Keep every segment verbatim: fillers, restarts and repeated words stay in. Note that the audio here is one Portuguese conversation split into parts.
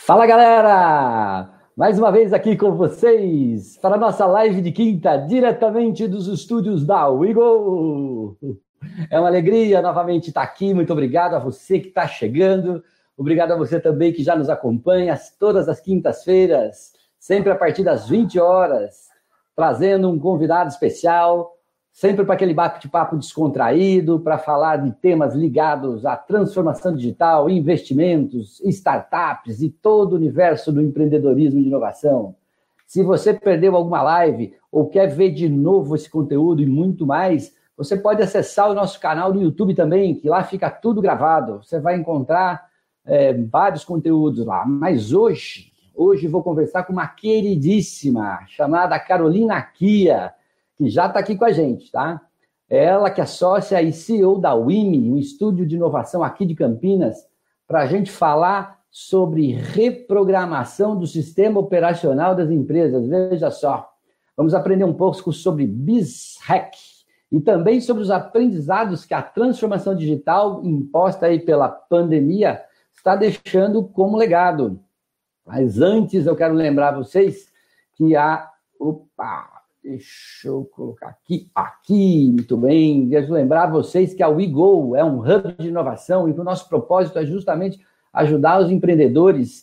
Fala, galera! Mais uma vez aqui com vocês para a nossa live de quinta, diretamente dos estúdios da WeGo. É uma alegria novamente estar aqui. Muito obrigado a você que está chegando. Obrigado a você também que já nos acompanha todas as quintas-feiras, sempre a partir das vinte horas, trazendo um convidado especial, sempre para aquele bate-papo descontraído, para falar de temas ligados à transformação digital, investimentos, startups e todo o universo do empreendedorismo e de inovação. Se você perdeu alguma live ou quer ver de novo esse conteúdo e muito mais, você pode acessar o nosso canal no YouTube também, que lá fica tudo gravado. Você vai encontrar é, vários conteúdos lá. Mas hoje, hoje vou conversar com uma queridíssima chamada Carolina Kia, que já está aqui com a gente, tá? Ela que é sócia e C E O da Wimi, um estúdio de inovação aqui de Campinas, para a gente falar sobre reprogramação do sistema operacional das empresas. Veja só, vamos aprender um pouco sobre BizHack e também sobre os aprendizados que a transformação digital imposta aí pela pandemia está deixando como legado. Mas antes eu quero lembrar vocês que a... Opa! Deixa eu colocar aqui, aqui, muito bem. Deixa eu lembrar vocês que a WeGo é um hub de inovação e que o nosso propósito é justamente ajudar os empreendedores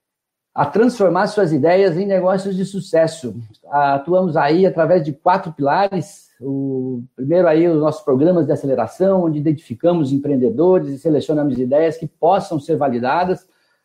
a transformar suas ideias em negócios de sucesso. Atuamos aí através de quatro pilares. O primeiro aí, os nossos programas de aceleração, onde identificamos empreendedores e selecionamos ideias que possam ser validadas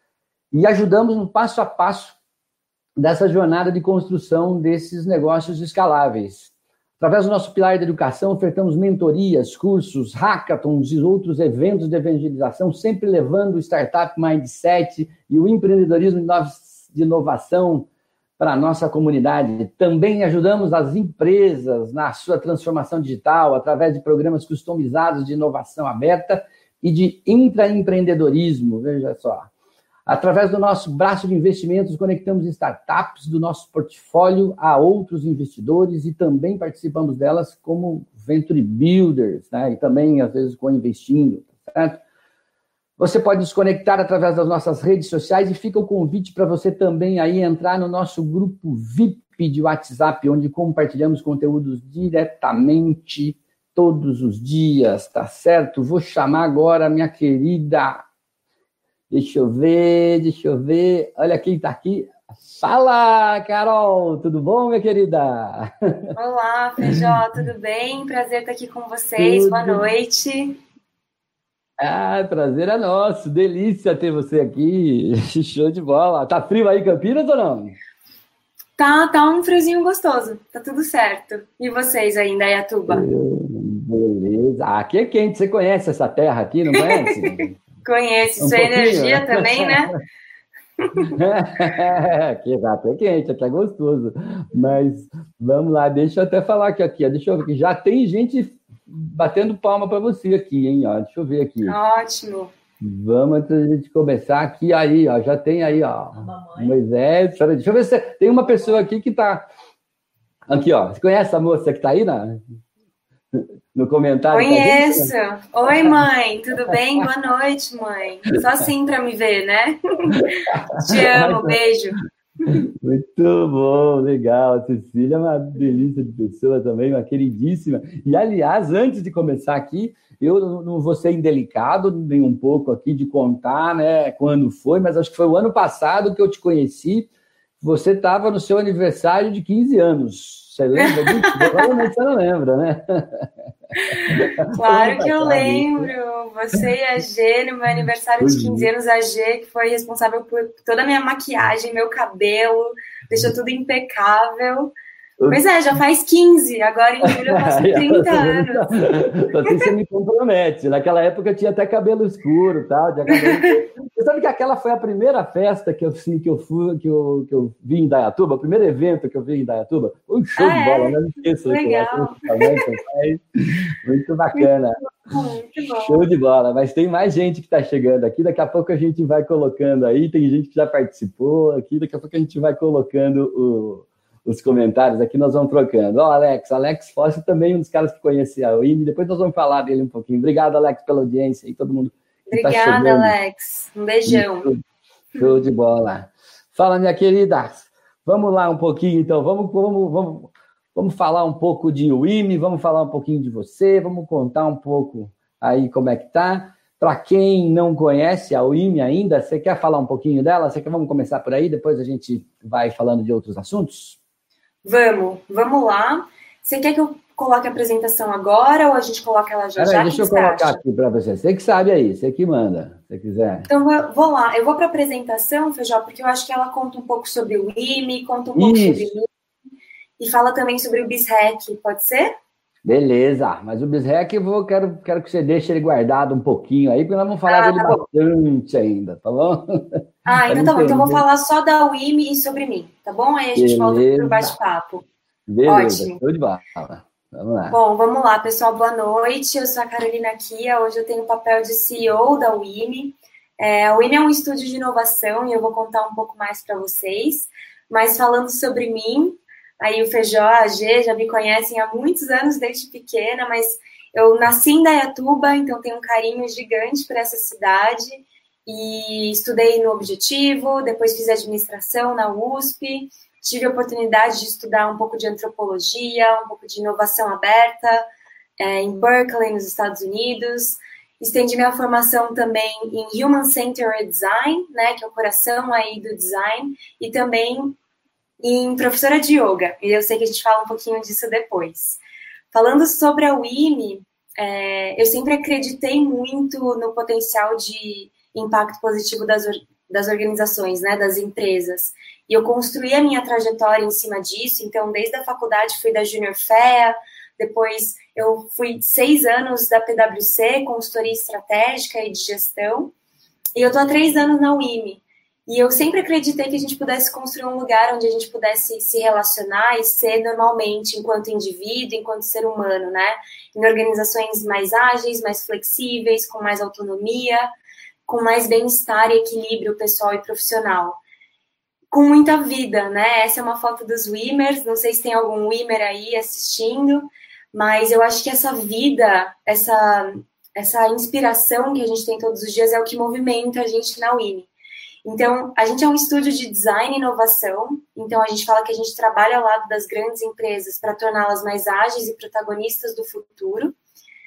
e ajudamos no passo a passo dessa jornada de construção desses negócios escaláveis. Através do nosso pilar de educação, ofertamos mentorias, cursos, hackathons e outros eventos de evangelização, sempre levando o startup mindset e o empreendedorismo de inovação para a nossa comunidade. Também ajudamos as empresas na sua transformação digital, através de programas customizados de inovação aberta e de intraempreendedorismo, veja só. Através do nosso braço de investimentos, conectamos startups do nosso portfólio a outros investidores e também participamos delas como venture builders, né? E também, às vezes, co-investindo, certo? Você pode nos conectar através das nossas redes sociais e fica o convite para você também aí entrar no nosso grupo V I P de WhatsApp, onde compartilhamos conteúdos diretamente todos os dias, tá certo? Vou chamar agora a minha querida... Deixa eu ver, deixa eu ver. Olha quem está aqui. Fala, Carol! Tudo bom, minha querida? Olá, Feijó, tudo bem? Prazer estar aqui com vocês. Tudo. Boa noite. Ah, prazer é nosso. Delícia ter você aqui. Show de bola. Tá frio aí em Campinas ou não? Tá, tá um friozinho gostoso. Tá tudo certo. E vocês aí em Indaiatuba? Beleza. Ah, aqui é quente. Você conhece essa terra aqui, não conhece? Conheço, um sua pouquinho. Energia também, né? É, aqui, exato, é quente, aqui é gostoso. Mas vamos lá, deixa eu até falar aqui, aqui deixa eu ver que já tem gente batendo palma para você aqui, hein? Ó, deixa eu ver aqui. Ótimo. Vamos, antes da gente começar aqui, aí, ó, já tem aí, ó. Moisés, peraí, deixa eu ver se tem uma pessoa aqui que tá. Aqui, ó. Você conhece a moça que tá aí na. No comentário. Conheço. Oi, mãe. Tudo bem? Boa noite, mãe. Só assim para me ver, né? Te amo. Beijo. Muito bom, legal. A Cecília é uma delícia de pessoa também, uma queridíssima. E, aliás, antes de começar aqui, eu não vou ser indelicado nem um pouco aqui de contar, né, quando foi, mas acho que foi o ano passado que eu te conheci. Você estava no seu aniversário de quinze anos. Você lembra disso? Provavelmente você não lembra, né? Claro que eu lembro. Você e a G, no meu aniversário de quinze anos, a G, que foi responsável por toda a minha maquiagem, meu cabelo, deixou tudo impecável. Pois é, já faz quinze, agora em julho eu faço trinta anos. Assim você me compromete. Naquela época eu tinha até cabelo escuro e tal. Cabelo... Você sabe que aquela foi a primeira festa que eu, assim, que eu, fui, que eu, que eu vi em Indaiatuba, o primeiro evento que eu vi em Indaiatuba. Foi um show ah, de bola, é? Não esqueço. Legal. Muito bacana. Muito bom. Show de bola. Mas tem mais gente que está chegando aqui. Daqui a pouco a gente vai colocando aí. Tem gente que já participou aqui. Daqui a pouco a gente vai colocando o... os comentários aqui, nós vamos trocando. Ó, oh, Alex, Alex Fossi também um dos caras que conhecia a Wimi, depois nós vamos falar dele um pouquinho. Obrigado, Alex, pela audiência e todo mundo que Obrigada, tá chegando. Alex. Um beijão. Show de bola. Fala, minha querida. Vamos lá um pouquinho, então. Vamos, vamos, vamos, vamos falar um pouco de U I M E, vamos falar um pouquinho de você, vamos contar um pouco aí como é que tá. Para quem não conhece a U I M E ainda, você quer falar um pouquinho dela? Você quer, vamos começar por aí, depois a gente vai falando de outros assuntos? Vamos, vamos lá. Você quer que eu coloque a apresentação agora ou a gente coloca ela já? Peraí, já? deixa eu colocar aqui para você. Você que sabe aí, você que manda, se quiser. Então, eu vou lá. Eu vou para a apresentação, Feijó, porque eu acho que ela conta um pouco sobre o U I M E, conta um pouco Isso. sobre mim e fala também sobre o BizHack, pode ser? Beleza, mas o BizHack eu vou, quero, quero que você deixe ele guardado um pouquinho aí, porque nós vamos falar ah, dele tá bastante ainda, tá bom? Ah, então tá bom. Então eu vou falar só da U I M E e sobre mim, tá bom? Aí a gente Beleza. volta pro bate-papo. Beleza, ótimo. Show de bola. Vamos lá. Bom, vamos lá, pessoal. Boa noite. Eu sou a Carolina Kia. Hoje eu tenho o papel de C E O da U I M E. É, a U I M E é um estúdio de inovação e eu vou contar um pouco mais para vocês. Mas falando sobre mim, aí o Feijó, a G, já me conhecem há muitos anos, desde pequena, mas eu nasci em Indaiatuba, então tenho um carinho gigante por essa cidade. E estudei no Objetivo, depois fiz administração na U S P. Tive a oportunidade de estudar um pouco de antropologia, um pouco de inovação aberta é, em Berkeley, nos Estados Unidos. Estendi minha formação também em Human Centered Design, né, que é o coração aí do design, e também em professora de yoga. E eu sei que a gente fala um pouquinho disso depois. Falando sobre a U I M E, é, eu sempre acreditei muito no potencial de impacto positivo das organizações. das organizações, né, das empresas. E eu construí a minha trajetória em cima disso, então desde a faculdade fui da Junior F E A, depois eu fui seis anos da P W C, consultoria estratégica e de gestão, e eu tô há três anos na U I M E. E eu sempre acreditei que a gente pudesse construir um lugar onde a gente pudesse se relacionar e ser normalmente enquanto indivíduo, enquanto ser humano, né, em organizações mais ágeis, mais flexíveis, com mais autonomia, com mais bem-estar e equilíbrio pessoal e profissional. Com muita vida, né? Essa é uma foto dos Wimmers, não sei se tem algum Wimmer aí assistindo, mas eu acho que essa vida, essa, essa inspiração que a gente tem todos os dias é o que movimenta a gente na U I M E. Então, a gente é um estúdio de design e inovação, então a gente fala que a gente trabalha ao lado das grandes empresas para torná-las mais ágeis e protagonistas do futuro.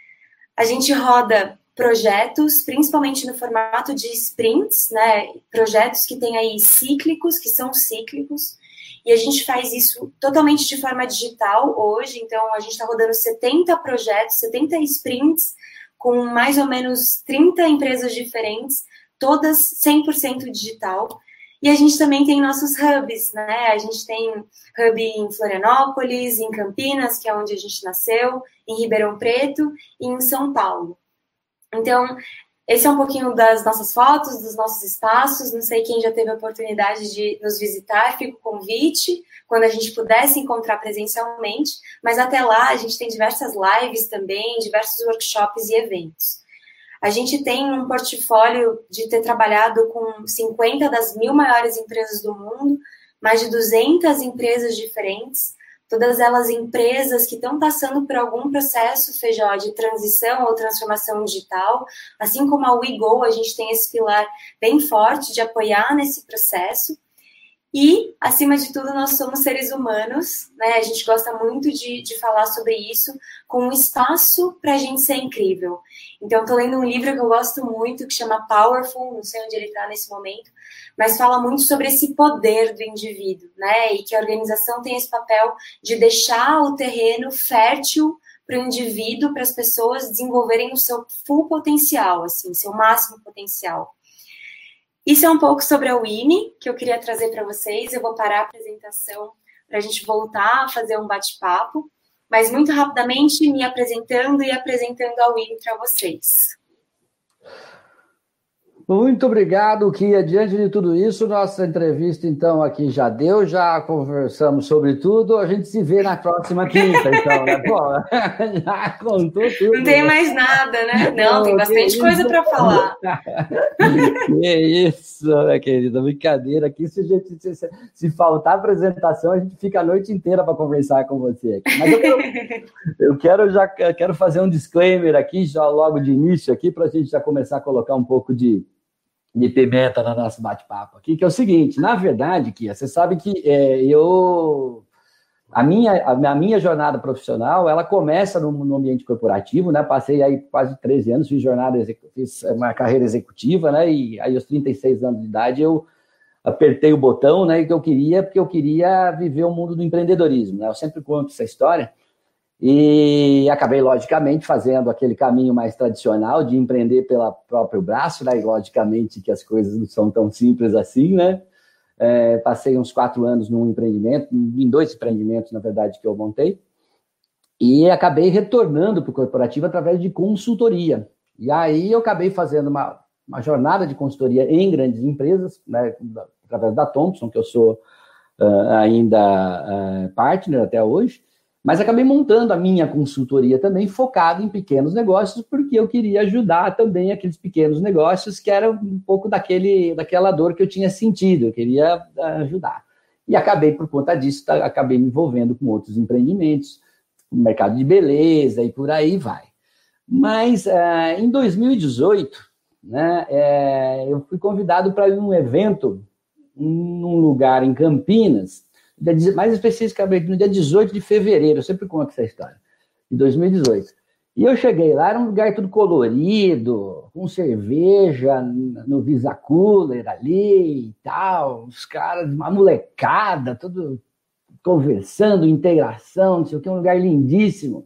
A gente roda projetos, principalmente no formato de sprints, né? Projetos que têm aí cíclicos, que são cíclicos, e a gente faz isso totalmente de forma digital hoje, então a gente está rodando setenta projetos, setenta sprints, com mais ou menos trinta empresas diferentes, todas cem por cento digital, e a gente também tem nossos hubs, né? A gente tem hub em Florianópolis, em Campinas, que é onde a gente nasceu, em Ribeirão Preto e em São Paulo. Então, esse é um pouquinho das nossas fotos, dos nossos espaços. Não sei quem já teve a oportunidade de nos visitar, fica o convite, quando a gente puder se encontrar presencialmente. Mas até lá, a gente tem diversas lives também, diversos workshops e eventos. A gente tem um portfólio de ter trabalhado com cinquenta das mil maiores empresas do mundo, mais de duzentas empresas diferentes, todas elas empresas que estão passando por algum processo, Feijó, de transição ou transformação digital. Assim como a WeGo, a gente tem esse pilar bem forte de apoiar nesse processo. E, acima de tudo, nós somos seres humanos, né? A gente gosta muito de, de falar sobre isso, com um espaço para a gente ser incrível. Então, estou lendo um livro que eu gosto muito, que chama Powerful, não sei onde ele está nesse momento, mas fala muito sobre esse poder do indivíduo, né? E que a organização tem esse papel de deixar o terreno fértil para o indivíduo, para as pessoas desenvolverem o seu full potencial, assim, seu máximo potencial. Isso é um pouco sobre a U I M E, que eu queria trazer para vocês. Eu vou parar a apresentação para a gente voltar a fazer um bate-papo, mas muito rapidamente me apresentando e apresentando a U I M E para vocês. Muito obrigado, Kia. Diante de tudo isso, nossa entrevista, então, aqui já deu, já conversamos sobre tudo. A gente se vê na próxima quinta, então, né? Pô, já contou tudo. Não tem mais nada, né? Não, Não tem bastante coisa para falar. Que isso, minha querida, brincadeira. Aqui, se, a gente, se, se faltar apresentação, a gente fica a noite inteira para conversar com você. Mas eu quero, eu quero já eu quero fazer um disclaimer aqui, já logo de início, aqui, para a gente já começar a colocar um pouco de de pimenta no nosso bate-papo aqui, que é o seguinte, na verdade, Kia, você sabe que é, eu... A minha, a minha jornada profissional, ela começa no, no ambiente corporativo, né? Passei aí quase treze anos, fiz jornada, fiz uma carreira executiva, né? E aí aos trinta e seis anos de idade eu apertei o botão, né? Que eu queria, porque eu queria viver o mundo do empreendedorismo, né? Eu sempre conto essa história e acabei, logicamente, fazendo aquele caminho mais tradicional de empreender pelo próprio braço, né? E logicamente que as coisas não são tão simples assim, né? É, passei uns quatro anos num empreendimento, em dois empreendimentos, na verdade, que eu montei, e acabei retornando para o corporativo através de consultoria. E aí eu acabei fazendo uma, uma jornada de consultoria em grandes empresas, né, através da Thompson, que eu sou uh, ainda uh, partner até hoje, mas acabei montando a minha consultoria também focada em pequenos negócios, porque eu queria ajudar também aqueles pequenos negócios que eram um pouco daquele, daquela dor que eu tinha sentido, eu queria ajudar. E acabei, por conta disso, tá, acabei me envolvendo com outros empreendimentos, no mercado de beleza e por aí vai. Mas uh, em dois mil e dezoito, né, é, eu fui convidado para ir num evento num lugar em Campinas, mais especificamente no dia dezoito de fevereiro, eu sempre conto essa história, de dois mil e dezoito. E eu cheguei lá, era um lugar tudo colorido, com cerveja no Visa Cooler ali e tal, os caras, uma molecada, tudo conversando, integração, não sei o que, um lugar lindíssimo.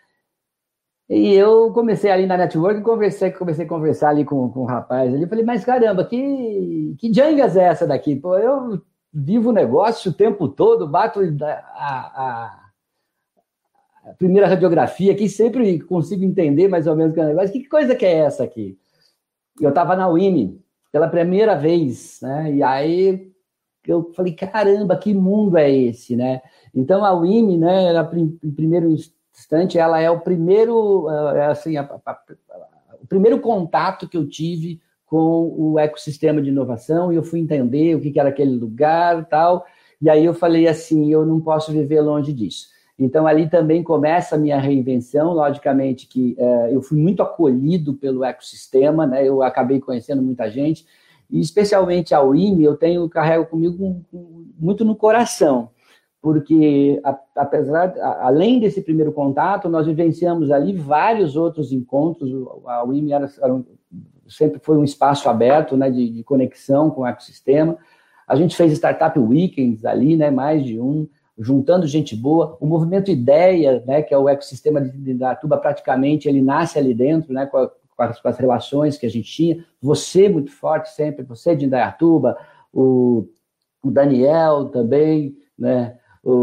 E eu comecei ali na network, conversei, comecei a conversar ali com, com o rapaz ali, falei, mas caramba, que, que jangas é essa daqui? Pô, eu vivo o negócio o tempo todo, bato a, a, a primeira radiografia aqui, sempre consigo entender mais ou menos o que é o negócio. Que coisa que é essa aqui? Eu estava na U I M pela primeira vez, né? E aí eu falei, caramba, que mundo é esse, né? Então a U I M, né, ela, em primeiro instante, ela é o primeiro, assim, a, a, a, o primeiro contato que eu tive com o ecossistema de inovação, e eu fui entender o que era aquele lugar e tal, e aí eu falei assim, eu não posso viver longe disso. Então, ali também começa a minha reinvenção, logicamente que é, eu fui muito acolhido pelo ecossistema, né? Eu acabei conhecendo muita gente, e especialmente a U I M, eu tenho, carrego comigo muito no coração, porque, apesar, além desse primeiro contato, nós vivenciamos ali vários outros encontros, a U I M era, era um, sempre foi um espaço aberto, né, de, de conexão com o ecossistema. A gente fez Startup Weekends ali, né, mais de um, juntando gente boa. O movimento Ideia, né, que é o ecossistema de Indaiatuba, praticamente ele nasce ali dentro, né, com, a, com, as, com as relações que a gente tinha. Você muito forte sempre, você de Indaiatuba, o, o Daniel também, né,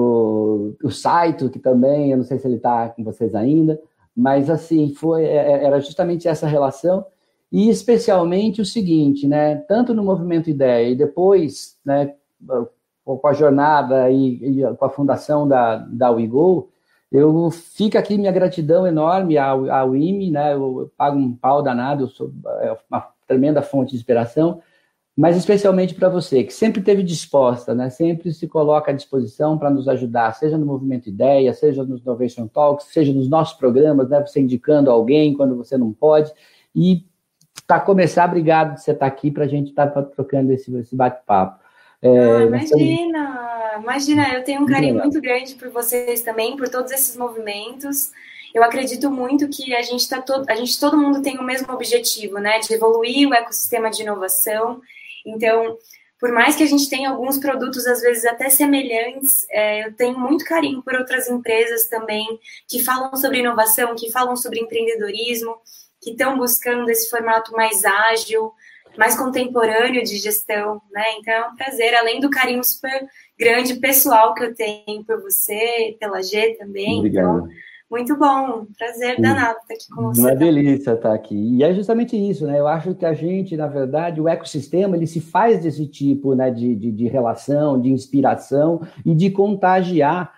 o, o Saito, que também, eu não sei se ele está com vocês ainda, mas assim, foi, era justamente essa relação. E especialmente o seguinte, né, tanto no Movimento Ideia e depois, né, com a jornada e, e com a fundação da, da WeGo, eu fico aqui minha gratidão enorme à, à U I M, né, eu, eu pago um pau danado, eu sou é uma tremenda fonte de inspiração, mas especialmente para você, que sempre esteve disposta, né, sempre se coloca à disposição para nos ajudar, seja no Movimento Ideia, seja nos Innovation Talks, seja nos nossos programas, né, você indicando alguém quando você não pode, e para começar, obrigado de você estar aqui para a gente estar trocando esse, esse bate-papo. É, ah, imagina, estamos... imagina, eu tenho um carinho muito grande por vocês também, por todos esses movimentos. Eu acredito muito que a gente tá todo, a gente todo mundo tem o mesmo objetivo, né, de evoluir o ecossistema de inovação. Então, por mais que a gente tenha alguns produtos às vezes até semelhantes, é, eu tenho muito carinho por outras empresas também que falam sobre inovação, que falam sobre empreendedorismo, que estão buscando esse formato mais ágil, mais contemporâneo de gestão, né? Então é um prazer, além do carinho super grande pessoal que eu tenho por você, pela G também. Obrigado. Então, muito bom, prazer danado estar aqui com você. Uma delícia estar aqui. E é justamente isso, né? Eu acho que a gente, na verdade, o ecossistema, ele se faz desse tipo, né, de, de, de relação, de inspiração e de contagiar,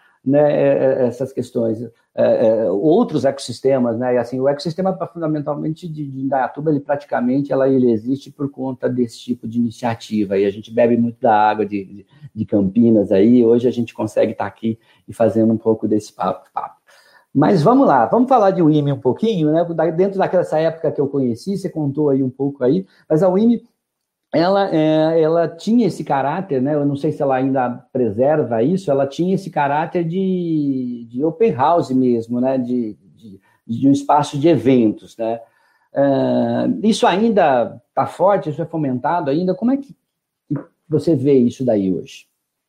né, essas questões. É, é, outros ecossistemas, né? E assim, o ecossistema, fundamentalmente, de, de Indaiatuba, ele praticamente ela, ele existe por conta desse tipo de iniciativa. E a gente bebe muito da água de, de, de Campinas aí. Hoje a gente consegue estar aqui e fazendo um pouco desse papo. papo. Mas vamos lá, vamos falar de U I M um pouquinho, né? Dentro daquela época que eu conheci, você contou aí um pouco aí, mas a U I M, ela, é, ela tinha esse caráter, né? Eu não sei se ela ainda preserva isso, ela tinha esse caráter de, de open house mesmo, né? De, de, de um espaço de eventos, né? Uh, isso ainda está forte, isso é fomentado ainda? Como é que você vê isso daí hoje?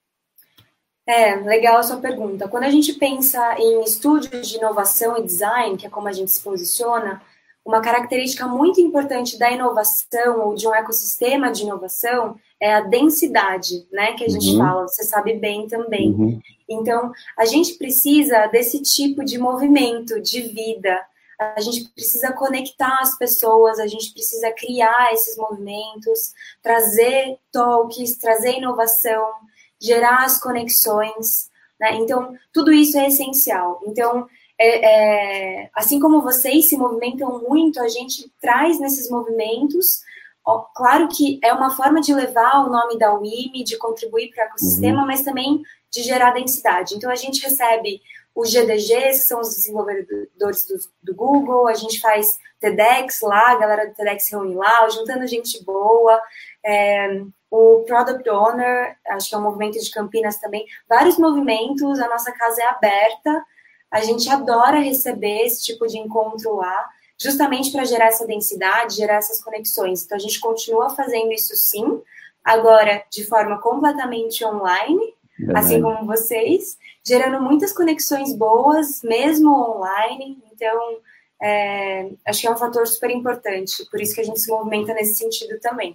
É, legal a sua pergunta. Quando a gente pensa em estúdios de inovação e design, que é como a gente se posiciona, uma característica muito importante da inovação ou de um ecossistema de inovação é a densidade, né, que a gente uhum. fala, você sabe bem também. Uhum. Então, a gente precisa desse tipo de movimento, de vida. A gente precisa conectar as pessoas, a gente precisa criar esses movimentos, trazer talks, trazer inovação, gerar as conexões, né? Então, tudo isso é essencial. Então, é, é, assim como vocês se movimentam muito, a gente traz nesses movimentos, ó, claro que é uma forma de levar o nome da U I M, de contribuir para o ecossistema, uhum. mas também de gerar densidade. Então, a gente recebe os G D Gs, que são os desenvolvedores do, do Google, a gente faz TEDx lá, a galera do TEDx reúne lá, juntando gente boa, é, o Product Owner, acho que é um movimento de Campinas também, vários movimentos, a nossa casa é aberta, a gente adora receber esse tipo de encontro lá, justamente para gerar essa densidade, gerar essas conexões. Então, a gente continua fazendo isso sim, agora de forma completamente online, Verdade. Assim como vocês, gerando muitas conexões boas, mesmo online. Então, é, acho que é um fator super importante, por isso que a gente se movimenta nesse sentido também.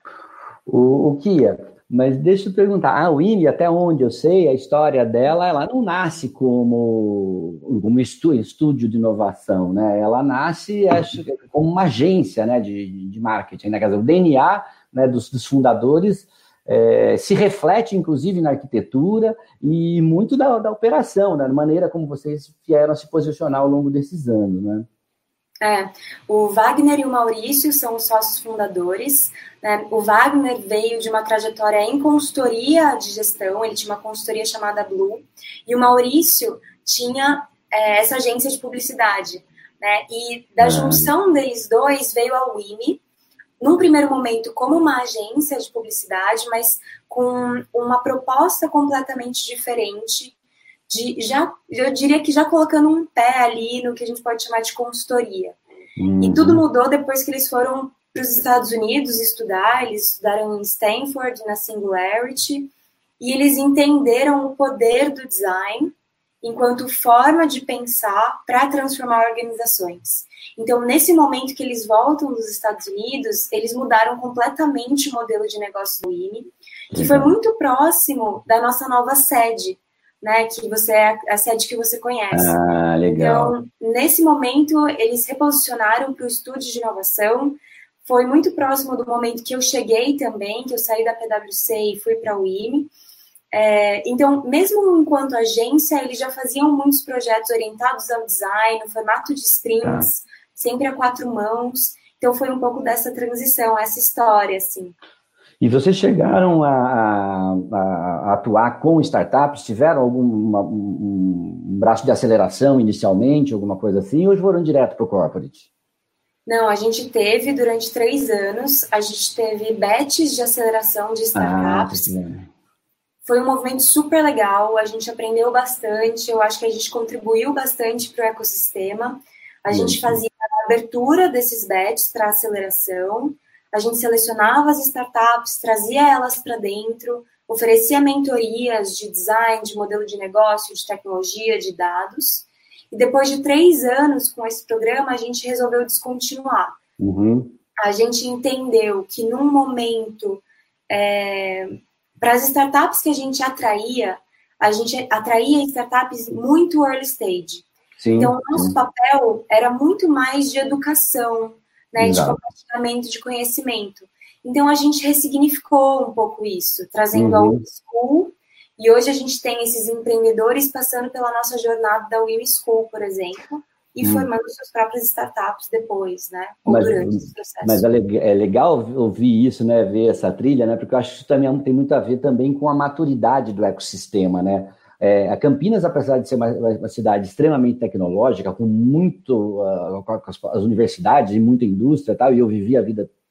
O, o Kia, mas deixa eu perguntar, a U I M, até onde eu sei, a história dela, ela não nasce como um estúdio de inovação, né? Ela nasce, acho, como uma agência, né, de, de marketing, né? Quer dizer, o D N A, né, dos, dos fundadores é, se reflete, inclusive, na arquitetura e muito da, da operação, né? Da maneira como vocês vieram a se posicionar ao longo desses anos, né? É, o Wagner e o Maurício são os sócios fundadores, né? O Wagner veio de uma trajetória em consultoria de gestão, ele tinha uma consultoria chamada Blue, e o Maurício tinha é, essa agência de publicidade, né? E da junção deles dois veio a U I M, num primeiro momento como uma agência de publicidade, mas com uma proposta completamente diferente, de já, eu diria que já colocando um pé ali no que a gente pode chamar de consultoria. Uhum. E tudo mudou depois que eles foram para os Estados Unidos estudar, eles estudaram em Stanford, na Singularity, e eles entenderam o poder do design enquanto forma de pensar para transformar organizações. Então, nesse momento que eles voltam dos Estados Unidos, eles mudaram completamente o modelo de negócio do I M E, que uhum. foi muito próximo da nossa nova sede, né, que você é a sede que você conhece. Ah, legal. Então, nesse momento, eles reposicionaram para o estúdio de inovação. Foi muito próximo do momento que eu cheguei também, que eu saí da P W C e fui para a U I M E. É, então, mesmo enquanto agência, eles já faziam muitos projetos orientados ao design, no formato de sprints, ah. sempre a quatro mãos. Então, foi um pouco dessa transição, essa história, assim. E vocês chegaram a, a, a atuar com startups? Tiveram algum uma, um, um braço de aceleração inicialmente, alguma coisa assim, ou foram direto para o corporate? Não, a gente teve durante três anos, a gente teve batches de aceleração de startups. Ah, foi um movimento super legal, a gente aprendeu bastante, eu acho que a gente contribuiu bastante para o ecossistema. A Isso. gente fazia a abertura desses batches para aceleração, a gente selecionava as startups, trazia elas para dentro, oferecia mentorias de design, de modelo de negócio, de tecnologia, de dados. E depois de três anos com esse programa, a gente resolveu descontinuar. Uhum. A gente entendeu que num momento, é, para as startups que a gente atraía, a gente atraía startups muito early stage. Sim, então, o nosso sim. papel era muito mais de educação, né, de Exato. compartilhamento de conhecimento. Então, a gente ressignificou um pouco isso, trazendo uhum. a U I M School, e hoje a gente tem esses empreendedores passando pela nossa jornada da U I M School, por exemplo, e hum. formando suas próprias startups depois, né, ou mas, durante esse processo. Mas é legal ouvir isso, né, ver essa trilha, né, porque eu acho que isso também tem muito a ver também com a maturidade do ecossistema, né. É, a Campinas, apesar de ser uma, uma cidade extremamente tecnológica, com muito, uh, com as, as universidades e muita indústria e tal, e eu vivi a vida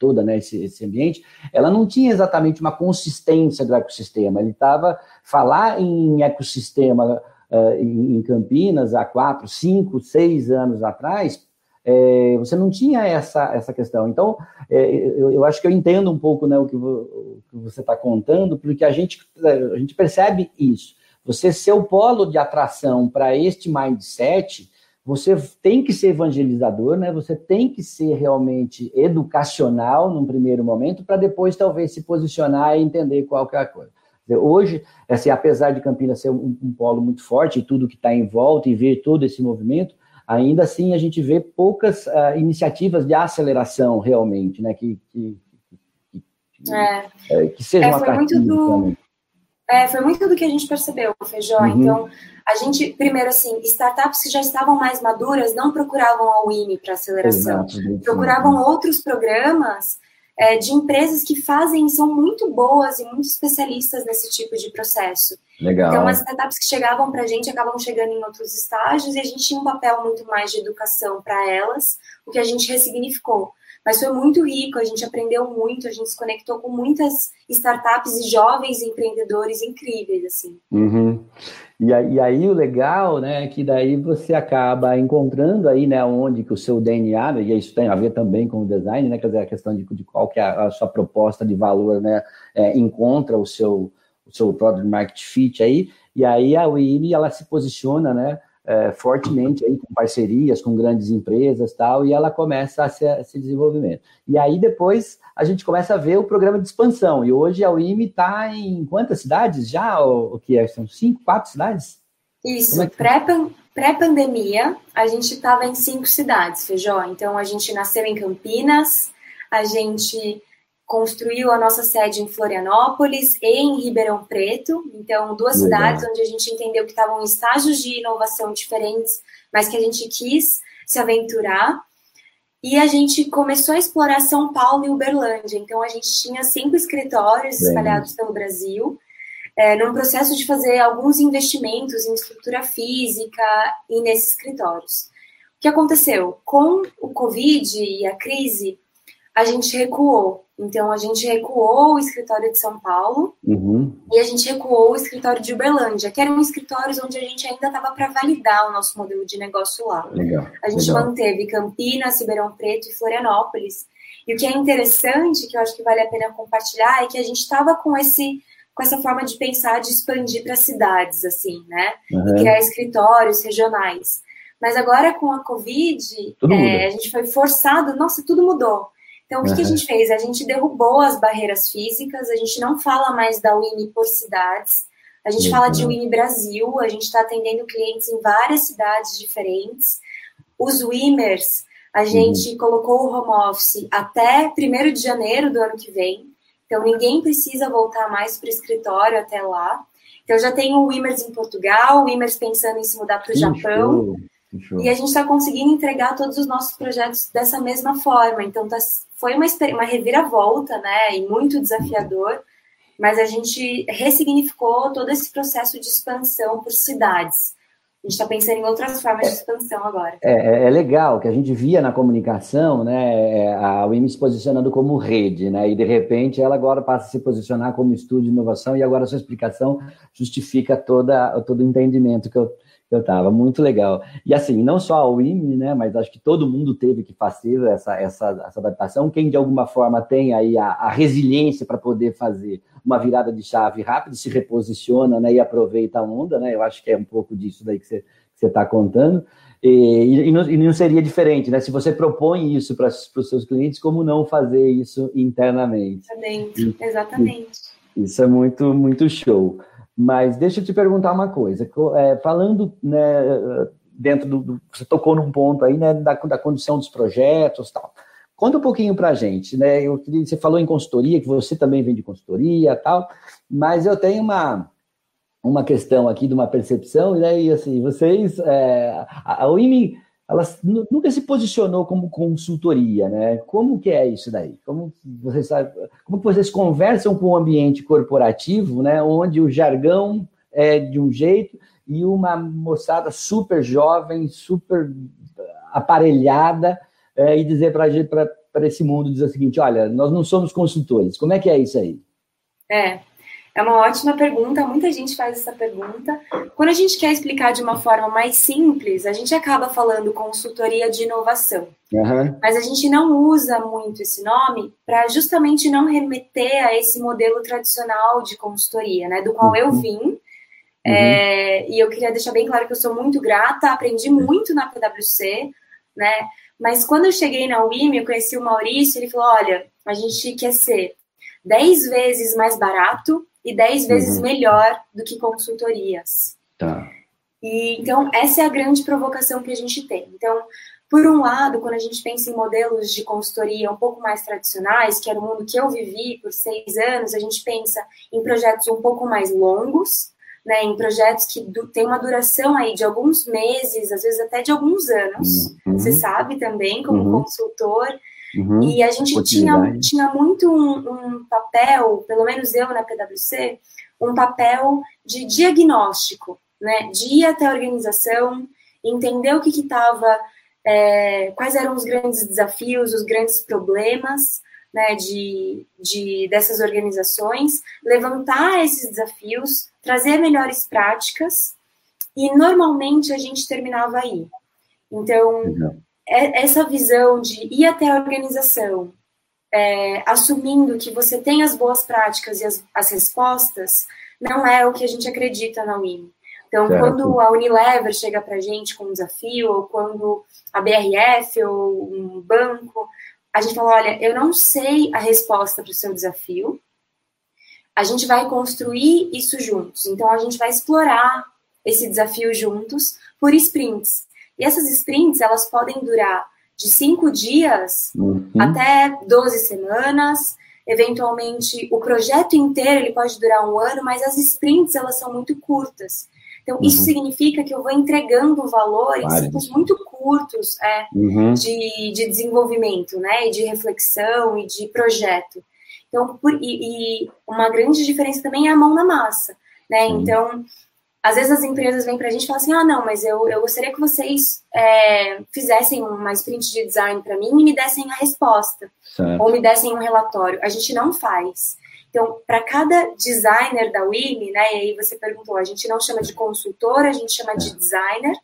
toda, né, esse, esse ambiente, ela não tinha exatamente uma consistência do ecossistema. Ele estava, falar em ecossistema uh, em, em Campinas há quatro, cinco, seis anos atrás, é, você não tinha essa, essa questão. Então, é, eu, eu acho que eu entendo um pouco, né, o, que vo, o que você está contando, porque a gente, a gente percebe isso. Você ser o polo de atração para este mindset, você tem que ser evangelizador, né? Você tem que ser realmente educacional num primeiro momento, para depois talvez se posicionar e entender qual que é a coisa. Hoje, assim, apesar de Campinas ser um, um polo muito forte e tudo que está em volta e ver todo esse movimento, ainda assim a gente vê poucas uh, iniciativas de aceleração realmente, né? Que, que, que, que, é. que sejam é, foi muito do É, foi muito do que a gente percebeu, Feijó. Uhum. Então, a gente, primeiro assim, startups que já estavam mais maduras não procuravam a U I M E para aceleração. Exato, procuravam outros programas é, de empresas que fazem, são muito boas e muito especialistas nesse tipo de processo. Legal. Então, as startups que chegavam para a gente acabam chegando em outros estágios e a gente tinha um papel muito mais de educação para elas, o que a gente ressignificou. Mas foi muito rico, a gente aprendeu muito, a gente se conectou com muitas startups e jovens empreendedores incríveis, assim. Uhum. E, aí, e aí o legal, né, é que daí você acaba encontrando aí, né, onde que o seu D N A, e isso tem a ver também com o design, né, quer dizer, a questão de, de qual que é a, a sua proposta de valor, né, é, encontra o seu, o seu product market fit aí, e aí a U I M E, ela se posiciona, né, É, fortemente aí, com parcerias, com grandes empresas e tal, e ela começa a se, a se desenvolvimento. E aí depois a gente começa a ver o programa de expansão, e hoje a U I M E está em quantas cidades já? O, o que é? São cinco, quatro cidades? Isso, é que... pré-pan, pré-pandemia a gente estava em cinco cidades, Feijó, então a gente nasceu em Campinas, a gente construiu a nossa sede em Florianópolis e em Ribeirão Preto, então duas Legal. cidades onde a gente entendeu que estavam em estágios de inovação diferentes, mas que a gente quis se aventurar, e a gente começou a explorar São Paulo e Uberlândia, então a gente tinha cinco escritórios Bem. espalhados pelo Brasil, é, num processo de fazer alguns investimentos em estrutura física e nesses escritórios. O que aconteceu? Com o Covid e a crise, a gente recuou. Então, a gente recuou o escritório de São Paulo uhum. e a gente recuou o escritório de Uberlândia, que eram escritórios onde a gente ainda estava para validar o nosso modelo de negócio lá. Legal, a gente legal. manteve Campinas, Ribeirão Preto e Florianópolis. E o que é interessante, que eu acho que vale a pena compartilhar, é que a gente estava com, esse, com essa forma de pensar, de expandir para cidades, assim, né? Uhum. E criar escritórios regionais. Mas agora, com a Covid, é, a gente foi forçado, nossa, tudo mudou. Então, o que, uhum. que a gente fez? A gente derrubou as barreiras físicas, a gente não fala mais da U I M E por cidades, a gente uhum. fala de U I M E Brasil, a gente está atendendo clientes em várias cidades diferentes. Os WIMers, a gente uhum. colocou o home office até primeiro de janeiro do ano que vem, então ninguém precisa voltar mais para o escritório até lá. Então, já tem o WIMers em Portugal, o WIMers pensando em se mudar para o Japão. Show. E a gente está conseguindo entregar todos os nossos projetos dessa mesma forma. Então, tá, foi uma, uma reviravolta, né? E muito desafiador, mas a gente ressignificou todo esse processo de expansão por cidades. A gente está pensando em outras formas de expansão agora. É, é legal que a gente via na comunicação, né, a U I M E se posicionando como rede, né? E de repente ela agora passa a se posicionar como estúdio de inovação, e agora a sua explicação justifica toda, todo o entendimento que eu eu estava, muito legal. E assim, não só a U I M E, né, mas acho que todo mundo teve que fazer essa, essa, essa adaptação. Quem de alguma forma tem aí a, a resiliência para poder fazer uma virada de chave rápida, se reposiciona, né, e aproveita a onda, né? Eu acho que é um pouco disso daí que você que está contando. E, e, não, e não seria diferente, né? Se você propõe isso para os seus clientes, como não fazer isso internamente? Exatamente, exatamente. E, isso é muito, muito show. Mas deixa eu te perguntar uma coisa, é, falando, né, dentro do, do... Você tocou num ponto aí, né, da, da condição dos projetos e tal. Conta um pouquinho pra gente, né, eu queria, você falou em consultoria, que você também vem de consultoria e tal, mas eu tenho uma, uma questão aqui de uma percepção, né, e assim, vocês, é, a, a U I M E, ela nunca se posicionou como consultoria, né? Como que é isso daí? Como vocês, como que vocês conversam com o ambiente corporativo, né? Onde o jargão é de um jeito e uma moçada super jovem, super aparelhada, é, e dizer para para esse mundo dizer o seguinte, olha, nós não somos consultores, como é que é isso aí? É, é uma ótima pergunta, muita gente faz essa pergunta. Quando a gente quer explicar de uma forma mais simples, a gente acaba falando consultoria de inovação. Uhum. Mas a gente não usa muito esse nome para justamente não remeter a esse modelo tradicional de consultoria, né, do qual uhum. eu vim. Uhum. É, e eu queria deixar bem claro que eu sou muito grata, aprendi muito na P W C, né? Mas quando eu cheguei na U I M, eu conheci o Maurício, ele falou, olha, a gente quer ser dez vezes mais barato e dez vezes uhum. melhor do que consultorias. Tá. E, então, essa é a grande provocação que a gente tem. Então, por um lado, quando a gente pensa em modelos de consultoria um pouco mais tradicionais, que era o mundo que eu vivi por seis anos, a gente pensa em projetos um pouco mais longos, né, em projetos que du- tem uma duração aí de alguns meses, às vezes até de alguns anos. Uhum. Você sabe também, como uhum. consultor. Uhum. E a gente tinha, tinha muito um, um papel, pelo menos eu na P W C, um papel de diagnóstico, né? De ir até a organização, entender o que estava, é, quais eram os grandes desafios, os grandes problemas, né, de, de, dessas organizações, levantar esses desafios, trazer melhores práticas, e normalmente a gente terminava aí. Então, uhum. essa visão de ir até a organização, é, assumindo que você tem as boas práticas e as, as respostas, não é o que a gente acredita na U I M. Então, certo. Quando a Unilever chega para a gente com um desafio, ou quando a B R F ou um banco, a gente fala, olha, eu não sei a resposta para o seu desafio, a gente vai construir isso juntos. Então, a gente vai explorar esse desafio juntos por sprints. E essas sprints, elas podem durar de cinco dias uhum. até doze semanas. Eventualmente, o projeto inteiro ele pode durar um ano, mas as sprints, elas são muito curtas. Então, uhum. isso significa que eu vou entregando valor em ciclos muito curtos é, uhum. de, de desenvolvimento, né? E de reflexão e de projeto. Então, por, e, e uma grande diferença também é a mão na massa, né? Uhum. Então, às vezes as empresas vêm para a gente e falam assim, ah, não, mas eu, eu gostaria que vocês é, fizessem uma sprint de design para mim e me dessem a resposta. Certo. Ou me dessem um relatório. A gente não faz. Então, para cada designer da U I M, né, e aí você perguntou, a gente não chama de consultor, a gente chama de designer.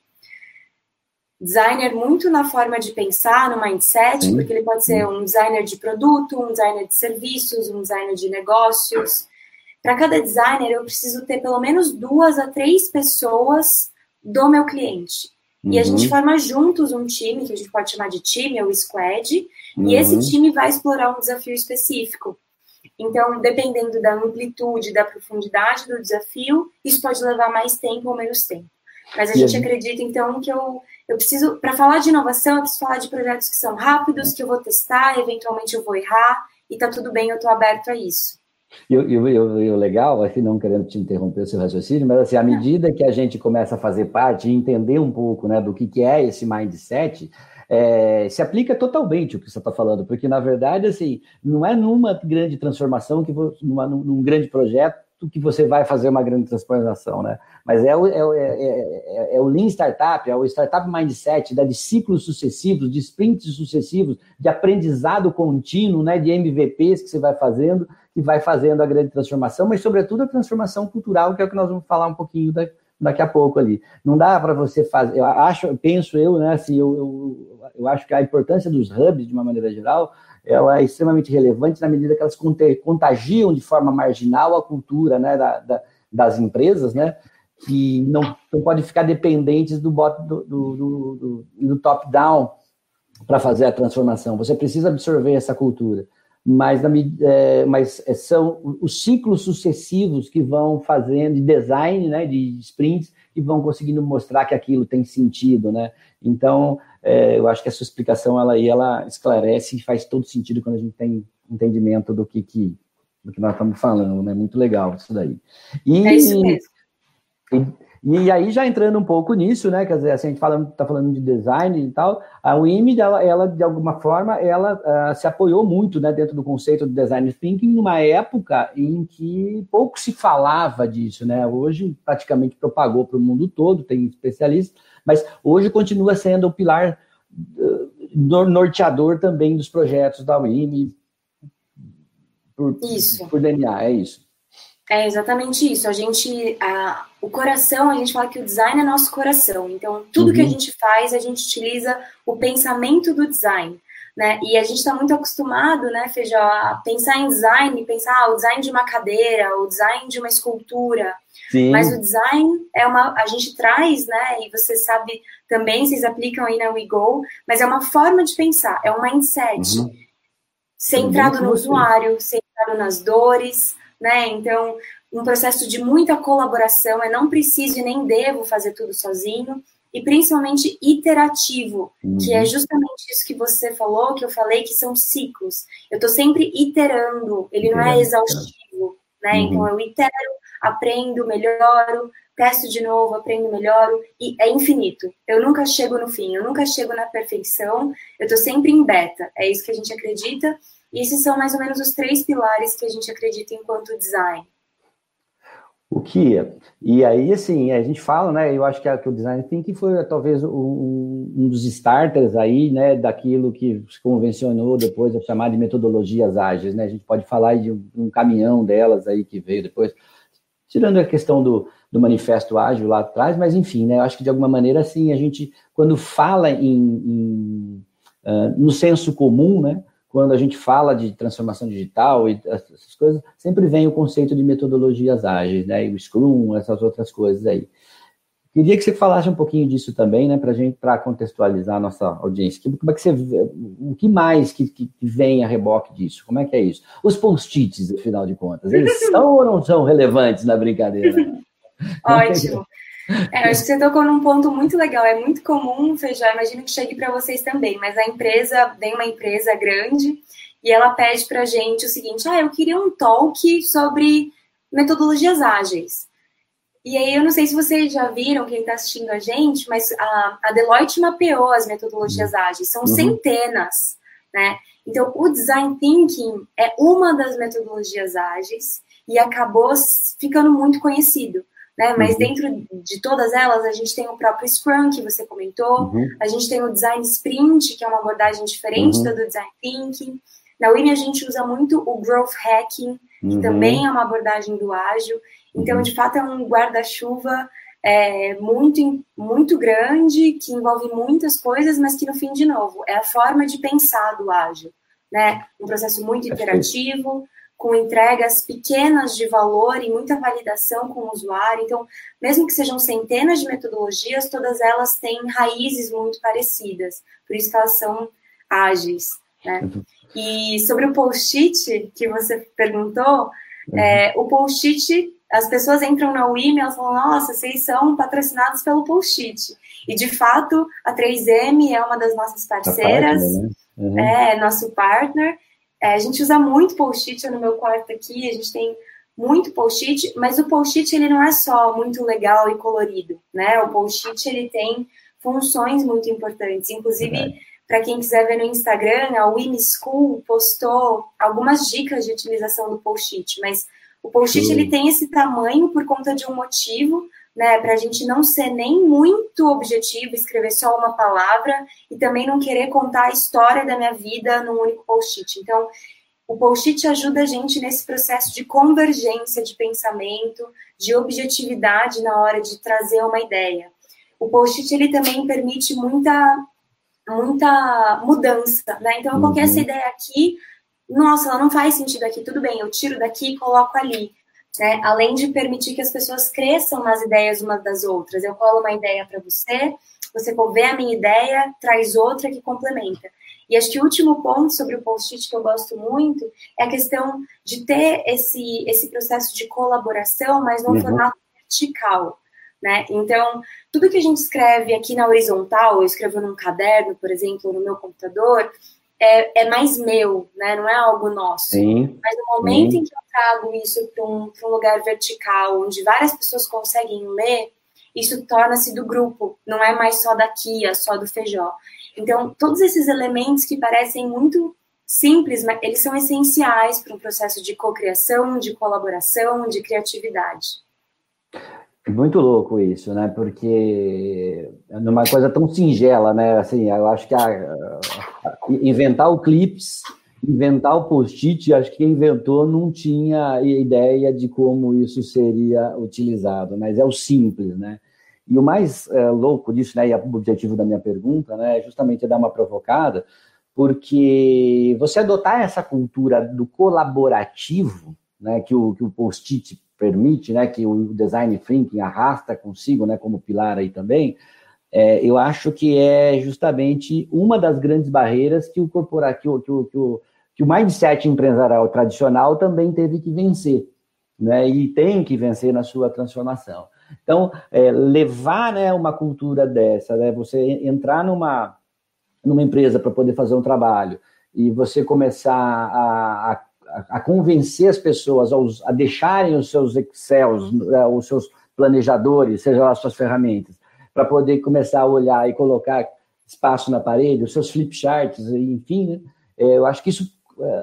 Designer muito na forma de pensar, no mindset, Sim. porque ele pode ser um designer de produto, um designer de serviços, um designer de negócios. Para cada designer, eu preciso ter pelo menos duas a três pessoas do meu cliente. Uhum. E a gente forma juntos um time, que a gente pode chamar de time ou squad, uhum. e esse time vai explorar um desafio específico. Então, dependendo da amplitude, da profundidade do desafio, isso pode levar mais tempo ou menos tempo. Mas a gente yeah. acredita, então, que eu, eu preciso, para falar de inovação, eu preciso falar de projetos que são rápidos, que eu vou testar, eventualmente eu vou errar, e tá tudo bem, eu estou aberto a isso. E o legal, assim, não querendo te interromper o seu raciocínio, mas assim, à medida que a gente começa a fazer parte e entender um pouco, né, do que, que é esse mindset, é, se aplica totalmente o que você está falando, porque, na verdade, assim, não é numa grande transformação, que você, numa, num grande projeto, que você vai fazer uma grande transformação, né? Mas é o, é, é, é, é o Lean Startup, é o Startup Mindset, né, de ciclos sucessivos, de sprints sucessivos, de aprendizado contínuo, né, de M V Ps que você vai fazendo, que vai fazendo a grande transformação, mas, sobretudo, a transformação cultural, que é o que nós vamos falar um pouquinho da, daqui a pouco ali. Não dá para você fazer... Eu acho, penso eu, né, assim, eu, eu, eu acho que a importância dos hubs, de uma maneira geral, ela é extremamente relevante na medida que elas contagiam de forma marginal a cultura, né, da, da, das empresas, né, que não, não podem ficar dependentes do, do, do, do, do top-down para fazer a transformação. Você precisa absorver essa cultura, mas, na, é, mas são os ciclos sucessivos que vão fazendo de design, né, de sprints, que vão conseguindo mostrar que aquilo tem sentido, né? Então, é, eu acho que a sua explicação ela, ela esclarece e faz todo sentido quando a gente tem entendimento do que, que, do que nós estamos falando, né? Muito legal isso daí. E, é isso mesmo. E, e aí, já entrando um pouco nisso, né? Quer dizer, assim, a gente fala, está falando de design e tal, a U I M, ela, ela de alguma forma, ela uh, se apoiou muito, né, dentro do conceito do design thinking, numa época em que pouco se falava disso, né? Hoje, praticamente propagou para o mundo todo, tem especialistas, mas hoje continua sendo o pilar norteador também dos projetos da U I M por, isso. por D N A, é isso. É exatamente isso. A gente, a, o coração, a gente fala que o design é nosso coração. Então, tudo uhum. que a gente faz, a gente utiliza o pensamento do design, né? E a gente está muito acostumado, né, Feijó, a pensar em design, pensar ah, o design de uma cadeira, o design de uma escultura. Sim. Mas o design é uma, a gente traz, né? E você sabe também, vocês aplicam aí na WeGo, mas é uma forma de pensar, é um mindset uhum. centrado no usuário, centrado nas dores. Né? Então, um processo de muita colaboração, eu não preciso e nem devo fazer tudo sozinho, e principalmente iterativo, uhum. que é justamente isso que você falou, que eu falei, que são ciclos. Eu estou sempre iterando, ele não é exaustivo, né? Uhum. Então, eu itero, aprendo, melhoro, testo de novo, aprendo, melhoro, e é infinito. Eu nunca chego no fim, eu nunca chego na perfeição, eu estou sempre em beta, é isso que a gente acredita. E esses são mais ou menos os três pilares que a gente acredita enquanto design. O que? E aí, assim, a gente fala, né? Eu acho que, a, que o design thinking foi talvez um, um dos starters aí, né? Daquilo que se convencionou depois a chamar de metodologias ágeis, né? A gente pode falar de um, um caminhão delas aí que veio depois, tirando a questão do, do manifesto ágil lá atrás, mas enfim, né? Eu acho que de alguma maneira, assim, a gente, quando fala em, em uh, no senso comum, né? Quando a gente fala de transformação digital e essas coisas, sempre vem o conceito de metodologias ágeis, né? E o Scrum, essas outras coisas aí. Queria que você falasse um pouquinho disso também, né? Para gente, para contextualizar a nossa audiência. Como é que você, o que mais que, que vem a reboque disso? Como é que é isso? Os post-its, afinal de contas, eles são ou não são relevantes na brincadeira? Ótimo. É, acho que você tocou num ponto muito legal. É muito comum, Feijó, imagino que chegue para vocês também, mas a empresa, vem uma empresa grande e ela pede para a gente o seguinte, ah, eu queria um talk sobre metodologias ágeis. E aí, eu não sei se vocês já viram, quem está assistindo a gente, mas a, a Deloitte mapeou as metodologias ágeis, são uhum. centenas, né? Então, o Design Thinking é uma das metodologias ágeis e acabou ficando muito conhecido. Né? Mas uhum. dentro de todas elas, a gente tem o próprio Scrum, que você comentou, uhum. a gente tem o Design Sprint, que é uma abordagem diferente uhum. da do Design Thinking. Na U I M, a gente usa muito o Growth Hacking, que uhum. também é uma abordagem do ágil. Então, uhum. de fato, é um guarda-chuva é, muito, muito grande, que envolve muitas coisas, mas que, no fim, de novo, é a forma de pensar do ágil. Né? Um processo muito iterativo, com entregas pequenas de valor e muita validação com o usuário. Então, mesmo que sejam centenas de metodologias, todas elas têm raízes muito parecidas. Por isso que elas são ágeis. Né? E sobre o post-it, que você perguntou, uhum. é, o post-it, as pessoas entram na U I M e elas falam, nossa, vocês são patrocinados pelo post-it. E, de fato, a três M é uma das nossas parceiras, partner, né? uhum. é nosso partner. É, a gente usa muito post-it no meu quarto aqui, a gente tem muito post-it, mas o post-it ele não é só muito legal e colorido, né? O post-it ele tem funções muito importantes, inclusive para quem quiser ver no Instagram, a U I M School postou algumas dicas de utilização do post-it, mas o post-it ele tem esse tamanho por conta de um motivo, né, para a gente não ser nem muito objetivo, escrever só uma palavra e também não querer contar a história da minha vida num único post-it. Então, o post-it ajuda a gente nesse processo de convergência de pensamento, de objetividade na hora de trazer uma ideia. O post-it, ele também permite muita, muita mudança, né? Então, eu coloquei uhum. essa ideia aqui, nossa, ela não faz sentido aqui, tudo bem, eu tiro daqui e coloco ali. Né? Além de permitir que as pessoas cresçam nas ideias umas das outras. Eu colo uma ideia para você, você vê a minha ideia, traz outra que complementa. E acho que o último ponto sobre o post-it que eu gosto muito é a questão de ter esse, esse processo de colaboração, mas num uhum. formato vertical. Né? Então, tudo que a gente escreve aqui na horizontal, eu escrevo num caderno, por exemplo, no meu computador, É, é mais meu, né? Não é algo nosso. Sim, mas no momento sim. em que eu trago isso para um, para um lugar vertical, onde várias pessoas conseguem ler, isso torna-se do grupo, não é mais só da Kia, só do Feijó. Então, todos esses elementos que parecem muito simples, mas eles são essenciais para um processo de cocriação, de colaboração, de criatividade. Muito louco isso, né? Porque numa coisa tão singela, né? Assim, eu acho que a, a, inventar o Clips, inventar o Post-it, acho que quem inventou não tinha ideia de como isso seria utilizado, mas é o simples, né? E o mais é, louco disso, né? E o objetivo da minha pergunta, né? É justamente dar uma provocada, porque você adotar essa cultura do colaborativo, né? Que o, que o Post-it permite, né, que o design thinking arrasta consigo, né, como pilar aí também, é, eu acho que é justamente uma das grandes barreiras que o corporativo, que o, que o, que o mindset empresarial tradicional também teve que vencer, né, e tem que vencer na sua transformação. Então, é, levar, né, uma cultura dessa, né, você entrar numa, numa empresa para poder fazer um trabalho e você começar a, a a convencer as pessoas a deixarem os seus Excels, os seus planejadores, seja lá as suas ferramentas, para poder começar a olhar e colocar espaço na parede, os seus flip charts, enfim, né? Eu acho que isso,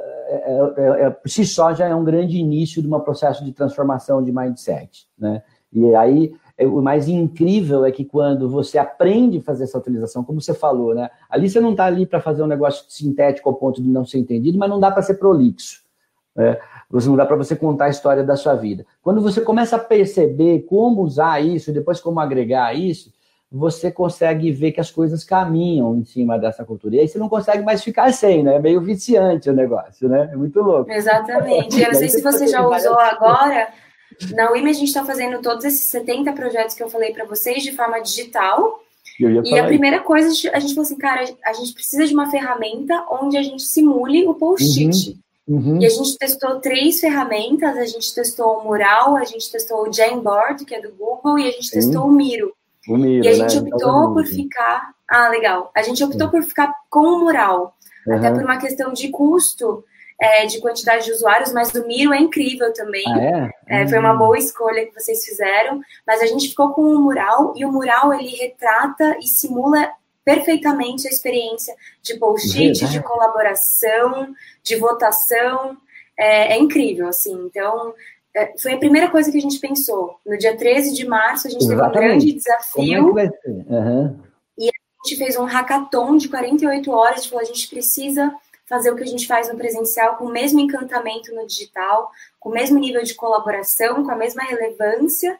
é, é, é, por si só, já é um grande início de um processo de transformação de mindset, né? E aí, o mais incrível é que quando você aprende a fazer essa utilização, como você falou, né? Ali você não está ali para fazer um negócio sintético ao ponto de não ser entendido, mas não dá para ser prolixo. É, você não dá para você contar a história da sua vida. Quando você começa a perceber como usar isso, e depois como agregar isso, você consegue ver que as coisas caminham em cima dessa cultura. E aí você não consegue mais ficar sem, né? É meio viciante o negócio, né? É muito louco. Exatamente. Eu não sei se você já usou agora. Na U I M A a gente está fazendo todos esses setenta projetos que eu falei para vocês de forma digital. E a primeira coisa, a gente falou assim, cara, a gente precisa de uma ferramenta onde a gente simule o post-it. Uhum. Uhum. E a gente testou três ferramentas, a gente testou o Mural, a gente testou o Jamboard, que é do Google, e a gente Sim. testou o Miro. O Miro, e a gente né? optou então, por ficar... Ah, legal. A gente optou Sim. por ficar com o Mural, uhum. até por uma questão de custo, é, de quantidade de usuários, mas o Miro é incrível também. Ah, é? É, uhum. Foi uma boa escolha que vocês fizeram, mas a gente ficou com o Mural, e o Mural, ele retrata e simula perfeitamente a experiência de post-it, de colaboração, de votação, é, é incrível, assim, então, é, foi a primeira coisa que a gente pensou. No dia treze de março, a gente Exatamente. teve um grande desafio, Como é que vai ser? Uhum. E a gente fez um hackathon de quarenta e oito horas, e falou, a gente precisa fazer o que a gente faz no presencial, com o mesmo encantamento no digital, com o mesmo nível de colaboração, com a mesma relevância,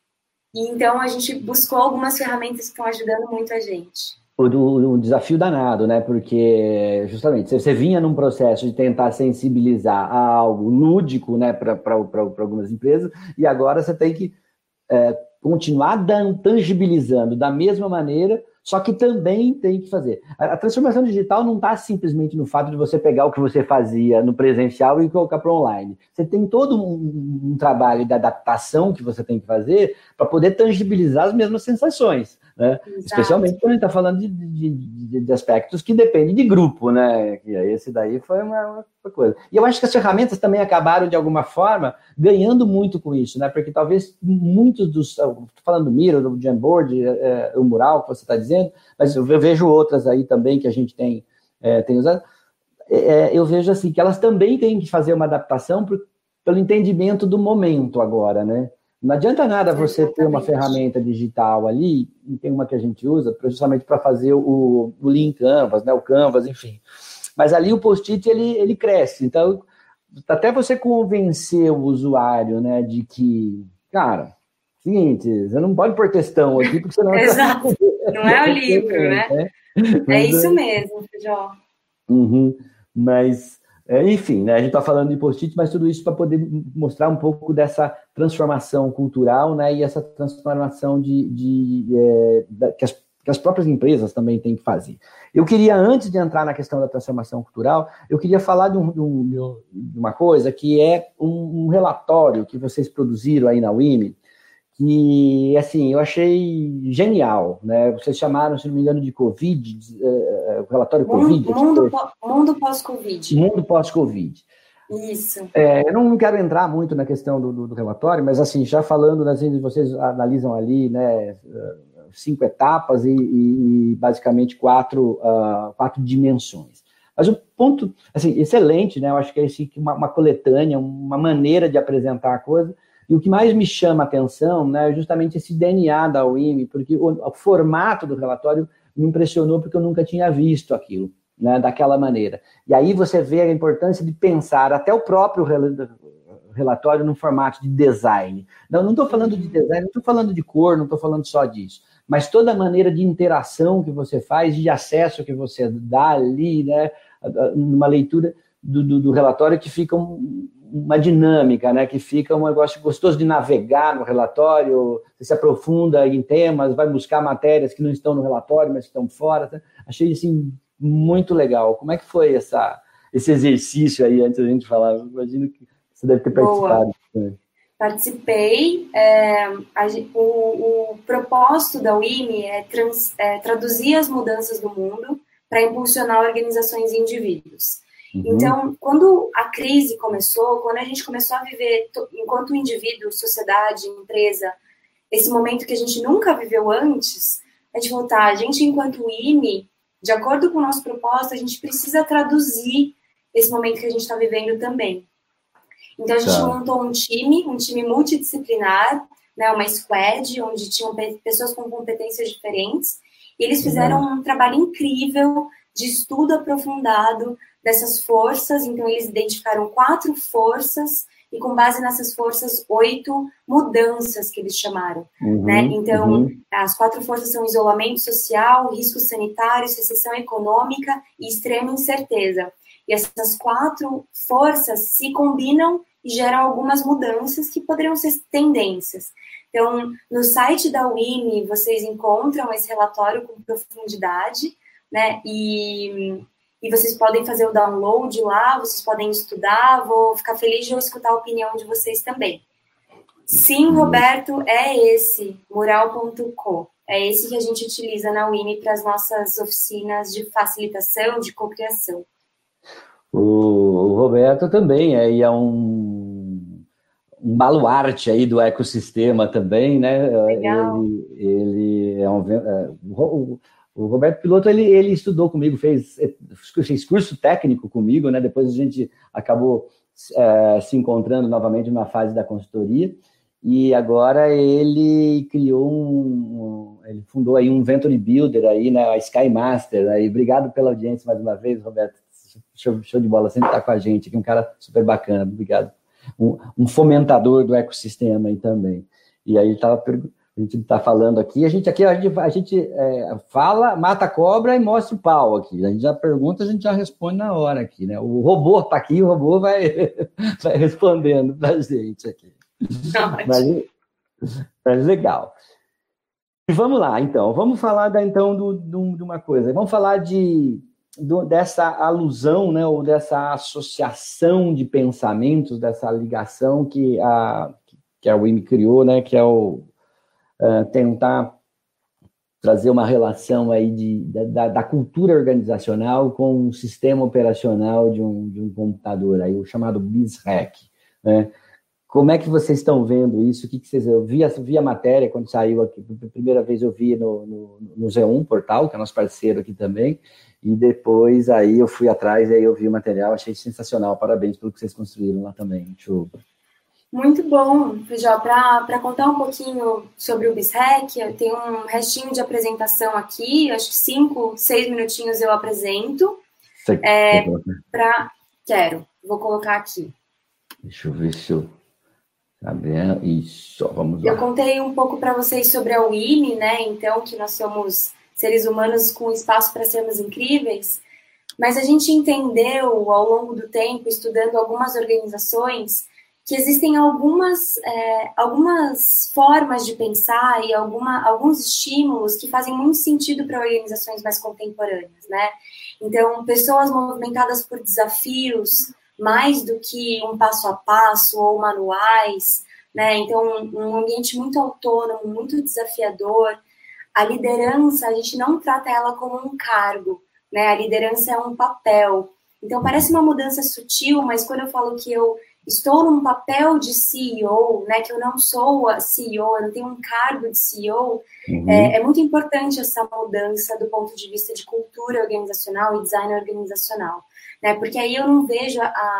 e então a gente buscou algumas ferramentas que estão ajudando muito a gente. O, o desafio danado, né? Porque, justamente, você vinha num processo de tentar sensibilizar a algo lúdico, né, para algumas empresas, e agora você tem que é, continuar dan, tangibilizando da mesma maneira, só que também tem que fazer. A, a transformação digital não está simplesmente no fato de você pegar o que você fazia no presencial e colocar para online. Você tem todo um, um trabalho de adaptação que você tem que fazer para poder tangibilizar as mesmas sensações. Né? Especialmente quando a gente está falando de, de, de, de aspectos que dependem de grupo, né? E esse daí foi uma, uma coisa. E eu acho que as ferramentas também acabaram, de alguma forma, ganhando muito com isso, né? Porque talvez muitos dos... Estou falando do Miro, do Jamboard, é, o Mural, que você está dizendo, mas eu vejo outras aí também que a gente tem, é, tem usado. É, eu vejo assim, que elas também têm que fazer uma adaptação por, pelo entendimento do momento agora, né? Não adianta nada você Exatamente. ter uma ferramenta digital ali, e tem uma que a gente usa justamente para fazer o, o Lean Canvas, né, o Canvas, enfim. Mas ali o post-it, ele, ele cresce. Então, até você convencer o usuário, né, de que, cara, seguinte, você não pode pôr textão aqui, porque senão... Exato, não é o livro, né? É, é isso mesmo, João. Uhum. Mas... Enfim, né, a gente está falando de post-it, mas tudo isso para poder mostrar um pouco dessa transformação cultural, né, e essa transformação de, de, é, da, que, as, que as próprias empresas também têm que fazer. Eu queria, antes de entrar na questão da transformação cultural, eu queria falar de, um, de, um, de uma coisa que é um, um relatório que vocês produziram aí na U I M, que, assim, eu achei genial, né? Vocês chamaram, se não me engano, de Covid, uh, o relatório mundo, Covid. Mundo, mundo pós-Covid. Mundo pós-Covid. Isso. É, eu não quero entrar muito na questão do, do, do relatório, mas, assim, já falando, assim, vocês analisam ali, né, cinco etapas e, e basicamente, quatro, uh, quatro dimensões. Mas o ponto, assim, excelente, né? Eu acho que é esse, uma, uma coletânea, uma maneira de apresentar a coisa. E o que mais me chama a atenção, né, é justamente esse D N A da U I M, porque o, o formato do relatório me impressionou porque eu nunca tinha visto aquilo, né, daquela maneira. E aí você vê a importância de pensar até o próprio relatório no formato de design. Não, não estou falando de design, não estou falando de cor, não estou falando só disso, mas toda a maneira de interação que você faz, de acesso que você dá ali, né, numa leitura do, do, do relatório que fica um, uma dinâmica, né, que fica um negócio gostoso de navegar no relatório, você se aprofunda em temas, vai buscar matérias que não estão no relatório, mas que estão fora. Tá? Achei, assim, muito legal. Como é que foi essa, esse exercício aí, antes da gente falar? Imagino que você deve ter participado. Né? Participei. É, a, o, o propósito da U I M é, trans, é traduzir as mudanças do mundo para impulsionar organizações e indivíduos. Uhum. Então, quando a crise começou, quando a gente começou a viver, enquanto indivíduo, sociedade, empresa, esse momento que a gente nunca viveu antes, a gente falou, tá, a gente, enquanto U I M, de acordo com o nosso propósito, a gente precisa traduzir esse momento que a gente está vivendo também. Então, a gente tá. montou um time, um time multidisciplinar, né, uma squad, onde tinham pessoas com competências diferentes, e eles fizeram uhum. um trabalho incrível de estudo aprofundado dessas forças. Então, eles identificaram quatro forças, e com base nessas forças, oito mudanças que eles chamaram. Uhum, né? Então, uhum. as quatro forças são isolamento social, riscos sanitários, recessão econômica e extrema incerteza. E essas quatro forças se combinam e geram algumas mudanças que poderiam ser tendências. Então, no site da U I M, vocês encontram esse relatório com profundidade, né? E, e vocês podem fazer o download lá, vocês podem estudar, vou ficar feliz de eu escutar a opinião de vocês também. Sim, Roberto, é esse, mural ponto com. É esse que a gente utiliza na U I M para as nossas oficinas de facilitação, de cocriação. O Roberto também é, e é um, um baluarte aí do ecossistema também, né? Legal. Ele, ele é um... É, o, o Roberto Piloto, ele, ele estudou comigo, fez, fez curso técnico comigo, né? Depois a gente acabou é, se encontrando novamente numa fase da consultoria, e agora ele criou um... Ele fundou aí um Venture Builder aí, né? A Sky Master. Aí. Obrigado pela audiência mais uma vez, Roberto. Show, show de bola, sempre está com a gente aqui, um cara super bacana, obrigado. Um, um fomentador do ecossistema aí também. E aí tava, a gente está falando aqui, a gente aqui a gente, a gente é, fala, mata a cobra e mostra o pau aqui. A gente já pergunta, a gente já responde na hora aqui, né? O robô está aqui, o robô vai, vai respondendo para a gente aqui. Mas, mas legal. E vamos lá, então. Vamos falar da, então do, do, de uma coisa. Vamos falar de Do, dessa alusão, né, ou dessa associação de pensamentos, dessa ligação que a, que a U I M criou, né, que é o uh, tentar trazer uma relação aí de, da, da cultura organizacional com o sistema operacional de um, de um computador, aí, o chamado BizHack, né? Como é que vocês estão vendo isso? O que, que vocês... Eu vi, a, vi a matéria quando saiu aqui, a primeira vez eu vi no, no, no Z um Portal, que é nosso parceiro aqui também, e depois aí eu fui atrás e aí eu vi o material, achei sensacional, parabéns pelo que vocês construíram lá também, show. Muito bom, Pujol, para contar um pouquinho sobre o BizHack, eu tenho um restinho de apresentação aqui, acho que cinco, seis minutinhos eu apresento. Você é, pra... Quero, vou colocar aqui. Deixa eu ver se eu... Tá vendo? Isso, vamos lá. Eu contei um pouco para vocês sobre a U I M, né? Então, que nós somos seres humanos com espaço para sermos incríveis, mas a gente entendeu ao longo do tempo, estudando algumas organizações, que existem algumas, é, algumas formas de pensar e alguma, alguns estímulos que fazem muito sentido para organizações mais contemporâneas, né? Então, pessoas movimentadas por desafios, mais do que um passo a passo ou manuais, né? Então, um ambiente muito autônomo, muito desafiador. A liderança, a gente não trata ela como um cargo, né? A liderança é um papel. Então, parece uma mudança sutil, mas quando eu falo que eu estou num papel de C E O, né? Que eu não sou a C E O, eu não tenho um cargo de C E O, uhum. é, é muito importante essa mudança do ponto de vista de cultura organizacional e design organizacional. Né? Porque aí eu não vejo a,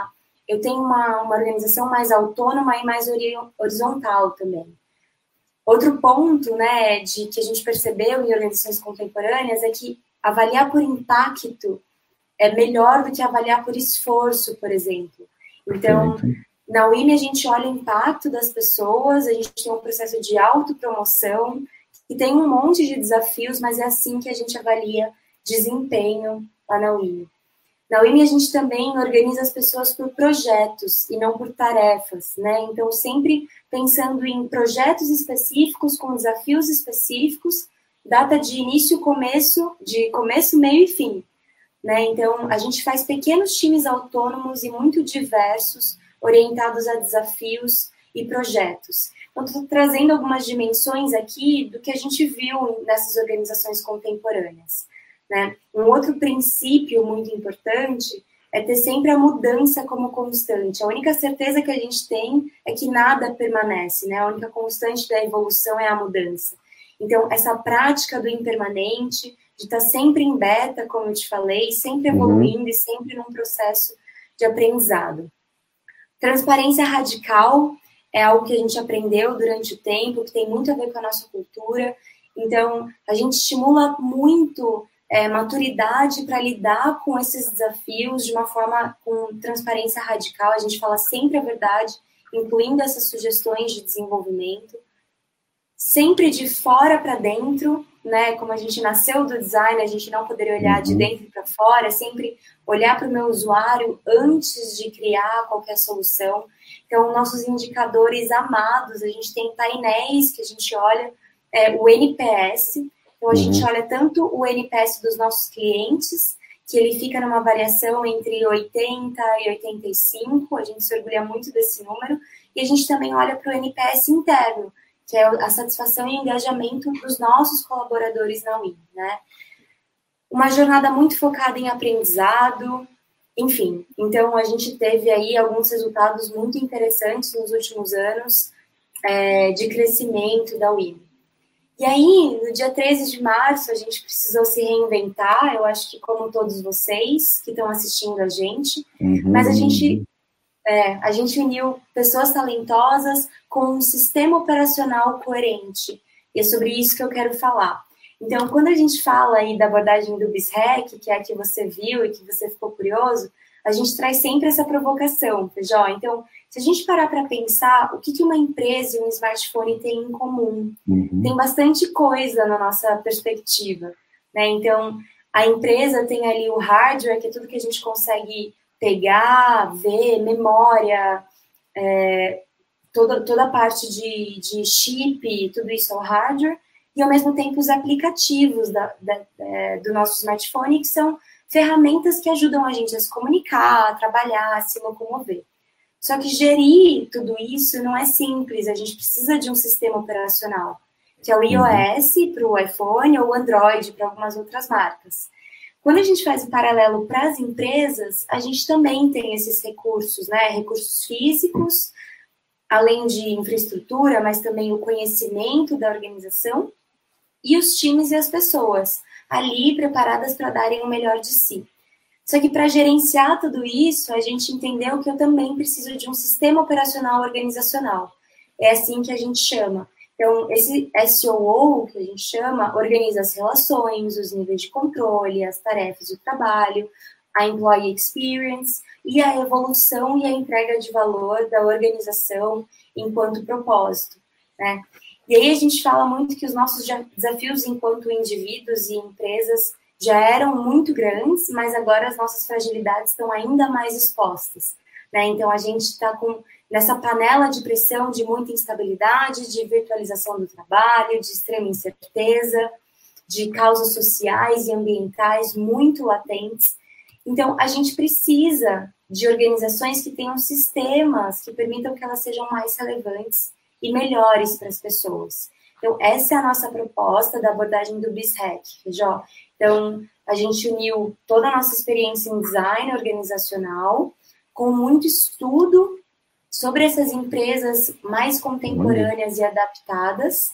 eu tenho uma, uma organização mais autônoma e mais horizontal também. Outro ponto, né, de que a gente percebeu em organizações contemporâneas é que avaliar por impacto é melhor do que avaliar por esforço, por exemplo. Então, na U I M a gente olha o impacto das pessoas, a gente tem um processo de autopromoção, e tem um monte de desafios, mas é assim que a gente avalia desempenho lá na U I M. Na U I M a gente também organiza as pessoas por projetos e não por tarefas, né? Então, sempre pensando em projetos específicos, com desafios específicos, data de início, começo, de começo, meio e fim, né? Então, a gente faz pequenos times autônomos e muito diversos, orientados a desafios e projetos. Então, estou trazendo algumas dimensões aqui do que a gente viu nessas organizações contemporâneas, né? Um outro princípio muito importante é ter sempre a mudança como constante. A única certeza que a gente tem é que nada permanece, né? A única constante da evolução é a mudança. Então, essa prática do impermanente, de estar sempre em beta, como eu te falei, sempre evoluindo uhum. e sempre num processo de aprendizado. Transparência radical é algo que a gente aprendeu durante o tempo, que tem muito a ver com a nossa cultura. Então, a gente estimula muito é, maturidade para lidar com esses desafios de uma forma com transparência radical. A gente fala sempre a verdade, incluindo essas sugestões de desenvolvimento. Sempre de fora para dentro, né? Como a gente nasceu do design, a gente não poderia olhar uhum. de dentro para fora, sempre olhar para o meu usuário antes de criar qualquer solução. Então, nossos indicadores amados, a gente tem painéis que a gente olha, é, o N P S. Então, a uhum. gente olha tanto o N P S dos nossos clientes, que ele fica numa variação entre oitenta e oitenta e cinco, a gente se orgulha muito desse número, e a gente também olha para o N P S interno, que é a satisfação e engajamento dos nossos colaboradores na U I M, né? Uma jornada muito focada em aprendizado, enfim. Então, a gente teve aí alguns resultados muito interessantes nos últimos anos é, de crescimento da U I M. E aí, no dia treze de março, a gente precisou se reinventar, eu acho que como todos vocês que estão assistindo a gente, uhum. mas a gente... É, a gente uniu pessoas talentosas com um sistema operacional coerente. E é sobre isso que eu quero falar. Então, quando a gente fala aí da abordagem do BizHack, que é a que você viu e que você ficou curioso, a gente traz sempre essa provocação, Feijó. Então, se a gente parar para pensar, o que, que uma empresa e um smartphone têm em comum? Uhum. Tem bastante coisa na nossa perspectiva, né? Então, a empresa tem ali o hardware, que é tudo que a gente consegue pegar, ver, memória, é, toda, toda a parte de, de chip, tudo isso é o hardware, e ao mesmo tempo os aplicativos da, da, é, do nosso smartphone, que são ferramentas que ajudam a gente a se comunicar, a trabalhar, a se locomover. Só que gerir tudo isso não é simples, a gente precisa de um sistema operacional, que é o iOS para o iPhone ou o Android para algumas outras marcas. Quando a gente faz o paralelo para as empresas, a gente também tem esses recursos, né? Recursos físicos, além de infraestrutura, mas também o conhecimento da organização e os times e as pessoas ali preparadas para darem o melhor de si. Só que para gerenciar tudo isso, a gente entendeu que eu também preciso de um sistema operacional organizacional. É assim que a gente chama. Então, esse S O O, que a gente chama, organiza as relações, os níveis de controle, as tarefas do trabalho, a employee experience e a evolução e a entrega de valor da organização enquanto propósito, né? E aí a gente fala muito que os nossos desafios enquanto indivíduos e empresas já eram muito grandes, mas agora as nossas fragilidades estão ainda mais expostas, né? Então, a gente está com nessa panela de pressão de muita instabilidade, de virtualização do trabalho, de extrema incerteza, de causas sociais e ambientais muito latentes. Então, a gente precisa de organizações que tenham sistemas que permitam que elas sejam mais relevantes e melhores para as pessoas. Então, essa é a nossa proposta da abordagem do BizHack, Feijó. Então, a gente uniu toda a nossa experiência em design organizacional com muito estudo sobre essas empresas mais contemporâneas e adaptadas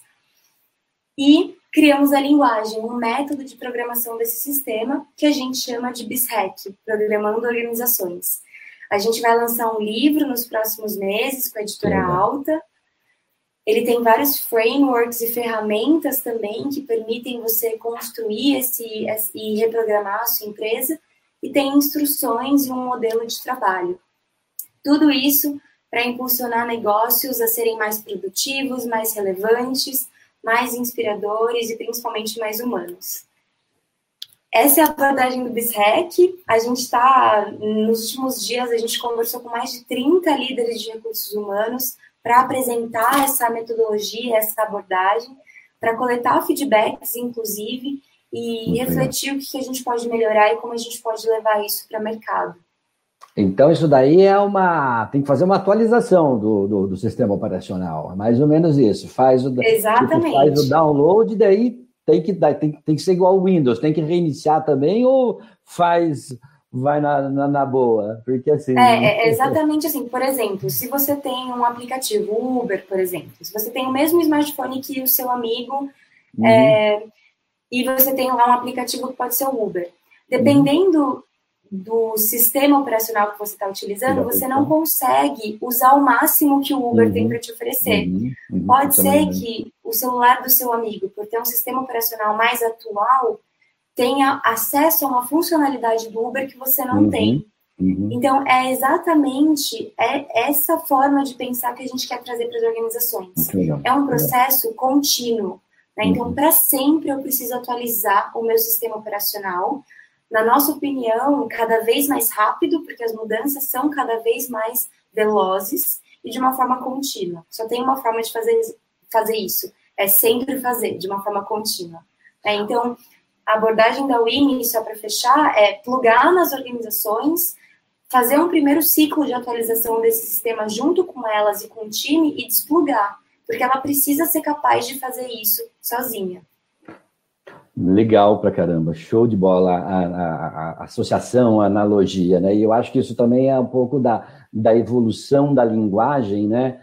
e criamos a linguagem, um método de programação desse sistema que a gente chama de BizHack, Programando Organizações. A gente vai lançar um livro nos próximos meses com a editora Legal. Alta. Ele tem vários frameworks e ferramentas também que permitem você construir esse, esse, e reprogramar a sua empresa, e tem instruções e um modelo de trabalho. Tudo isso para impulsionar negócios a serem mais produtivos, mais relevantes, mais inspiradores e principalmente mais humanos. Essa é a abordagem do BizHack. A gente está, nos últimos dias, a gente conversou com mais de trinta líderes de recursos humanos para apresentar essa metodologia, essa abordagem, para coletar feedbacks, inclusive, e Muito refletir legal. O que a gente pode melhorar e como a gente pode levar isso para o mercado. Então, isso daí é uma... Tem que fazer uma atualização do, do, do sistema operacional. É mais ou menos isso. Faz o, Exatamente. Tipo, faz o download e daí tem que, tem, tem que ser igual ao Windows. Tem que reiniciar também ou faz... vai na, na, na boa, porque assim... É, é exatamente assim, por exemplo, se você tem um aplicativo, Uber, por exemplo, se você tem o mesmo smartphone que o seu amigo, uhum. é, e você tem lá um aplicativo que pode ser o Uber, dependendo uhum. do sistema operacional que você está utilizando, uhum. você não consegue usar o máximo que o Uber uhum. tem para te oferecer. Uhum. Uhum. Pode ser que o celular do seu amigo, por ter um sistema operacional mais atual, tenha acesso a uma funcionalidade do Uber que você não uhum, tem. Uhum. Então, é exatamente é essa forma de pensar que a gente quer trazer para as organizações. Legal, é um processo legal. Contínuo. Né? Uhum. Então, para sempre, eu preciso atualizar o meu sistema operacional. Na nossa opinião, cada vez mais rápido, porque as mudanças são cada vez mais velozes e de uma forma contínua. Só tem uma forma de fazer, fazer isso. É sempre fazer, de uma forma contínua. Né? Então... A abordagem da Winnie, só para fechar, é plugar nas organizações, fazer um primeiro ciclo de atualização desse sistema junto com elas e com o time e desplugar, porque ela precisa ser capaz de fazer isso sozinha. Legal pra caramba, show de bola a, a, a associação, a analogia, né? E eu acho que isso também é um pouco da, da evolução da linguagem, né?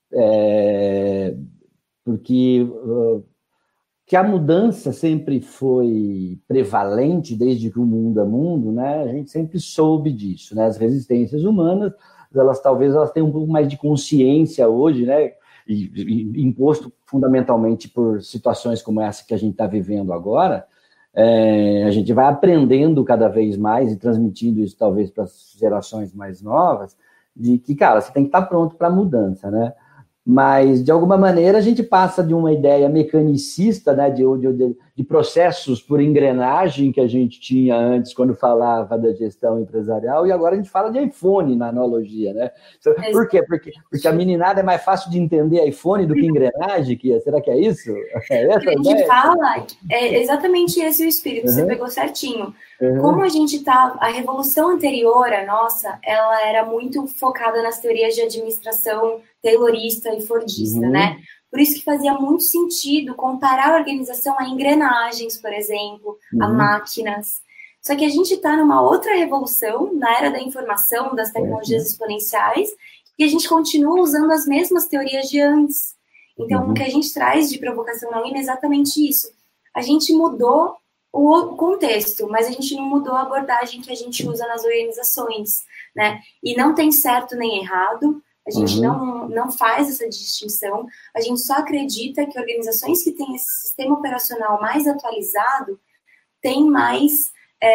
É, porque... Uh, que a mudança sempre foi prevalente desde que o mundo é mundo, né? A gente sempre soube disso, né? As resistências humanas, elas talvez elas tenham um pouco mais de consciência hoje, né? E, e, imposto fundamentalmente por situações como essa que a gente está vivendo agora, é, a gente vai aprendendo cada vez mais e transmitindo isso talvez para as gerações mais novas, de que, cara, você tem que estar pronto para a mudança, né? Mas, de alguma maneira, a gente passa de uma ideia mecanicista, né, de, de, de processos por engrenagem que a gente tinha antes quando falava da gestão empresarial, e agora a gente fala de iPhone na analogia, né? Por quê? Porque, porque a meninada é mais fácil de entender iPhone do que engrenagem, que será que é isso? É essa a gente ideia? Fala, é exatamente esse o espírito, uhum. Você pegou certinho. Uhum. Como a gente tá, a revolução anterior, a nossa, ela era muito focada nas teorias de administração taylorista e fordista, uhum. né? Por isso que fazia muito sentido comparar a organização a engrenagens, por exemplo, uhum. a máquinas. Só que a gente está numa outra revolução, na era da informação, das tecnologias uhum. exponenciais, e a gente continua usando as mesmas teorias de antes. Então, uhum. o que a gente traz de provocação na Winnie é exatamente isso. A gente mudou o contexto, mas a gente não mudou a abordagem que a gente usa nas organizações, né? E não tem certo nem errado, a gente uhum. não, não faz essa distinção, a gente só acredita que organizações que têm esse sistema operacional mais atualizado têm mais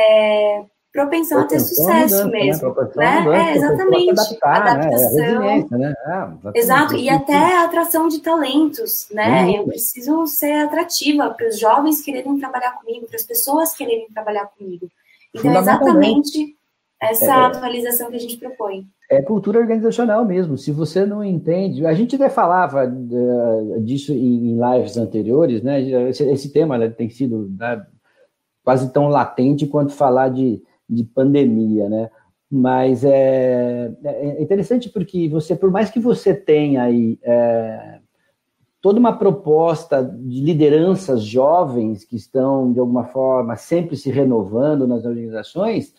é, propensão, propensão a ter sucesso mudança, mesmo. Né? Mudança, é, exatamente. Adaptar, adaptação. Né? É né? ah, Exato, e até a atração de talentos, né? Uhum. Eu preciso ser atrativa para os jovens quererem trabalhar comigo, para as pessoas quererem trabalhar comigo. Então, é exatamente essa é, atualização que a gente propõe. É cultura organizacional mesmo. Se você não entende... A gente até falava uh, disso em, em lives anteriores, né? Esse, esse tema né, tem sido né, quase tão latente quanto falar de, de pandemia, né? Mas é, é interessante porque você, por mais que você tenha aí é, toda uma proposta de lideranças jovens que estão, de alguma forma, sempre se renovando nas organizações...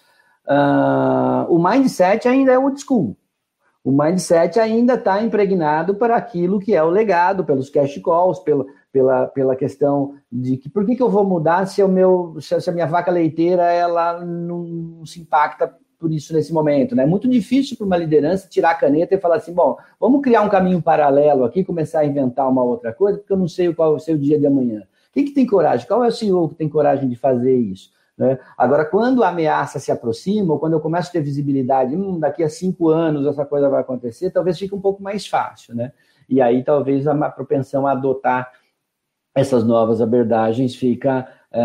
Uh, o mindset ainda é old school. O mindset ainda está impregnado para aquilo que é o legado, pelos cash calls, pela, pela, pela questão de que por que, que eu vou mudar se, o meu, se a minha vaca leiteira ela não, não se impacta por isso nesse momento, né? É muito difícil para uma liderança tirar a caneta e falar assim, bom, vamos criar um caminho paralelo aqui, começar a inventar uma outra coisa, porque eu não sei qual vai ser o dia de amanhã. Quem que tem coragem? Qual é o C E O que tem coragem de fazer isso? Né? Agora, quando a ameaça se aproxima, ou quando eu começo a ter visibilidade, hum, daqui a cinco anos essa coisa vai acontecer, talvez fique um pouco mais fácil, né? E aí talvez a propensão a adotar essas novas abordagens fica,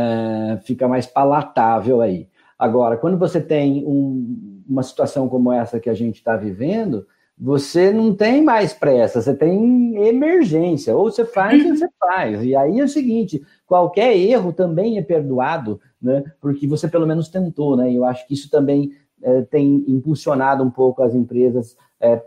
é, fica mais palatável aí. Agora, quando você tem um, uma situação como essa que a gente está vivendo, você não tem mais pressa, você tem emergência, ou você faz ou você faz. E aí é o seguinte, qualquer erro também é perdoado, né? Porque você pelo menos tentou, né? E eu acho que isso também é, tem impulsionado um pouco as empresas é,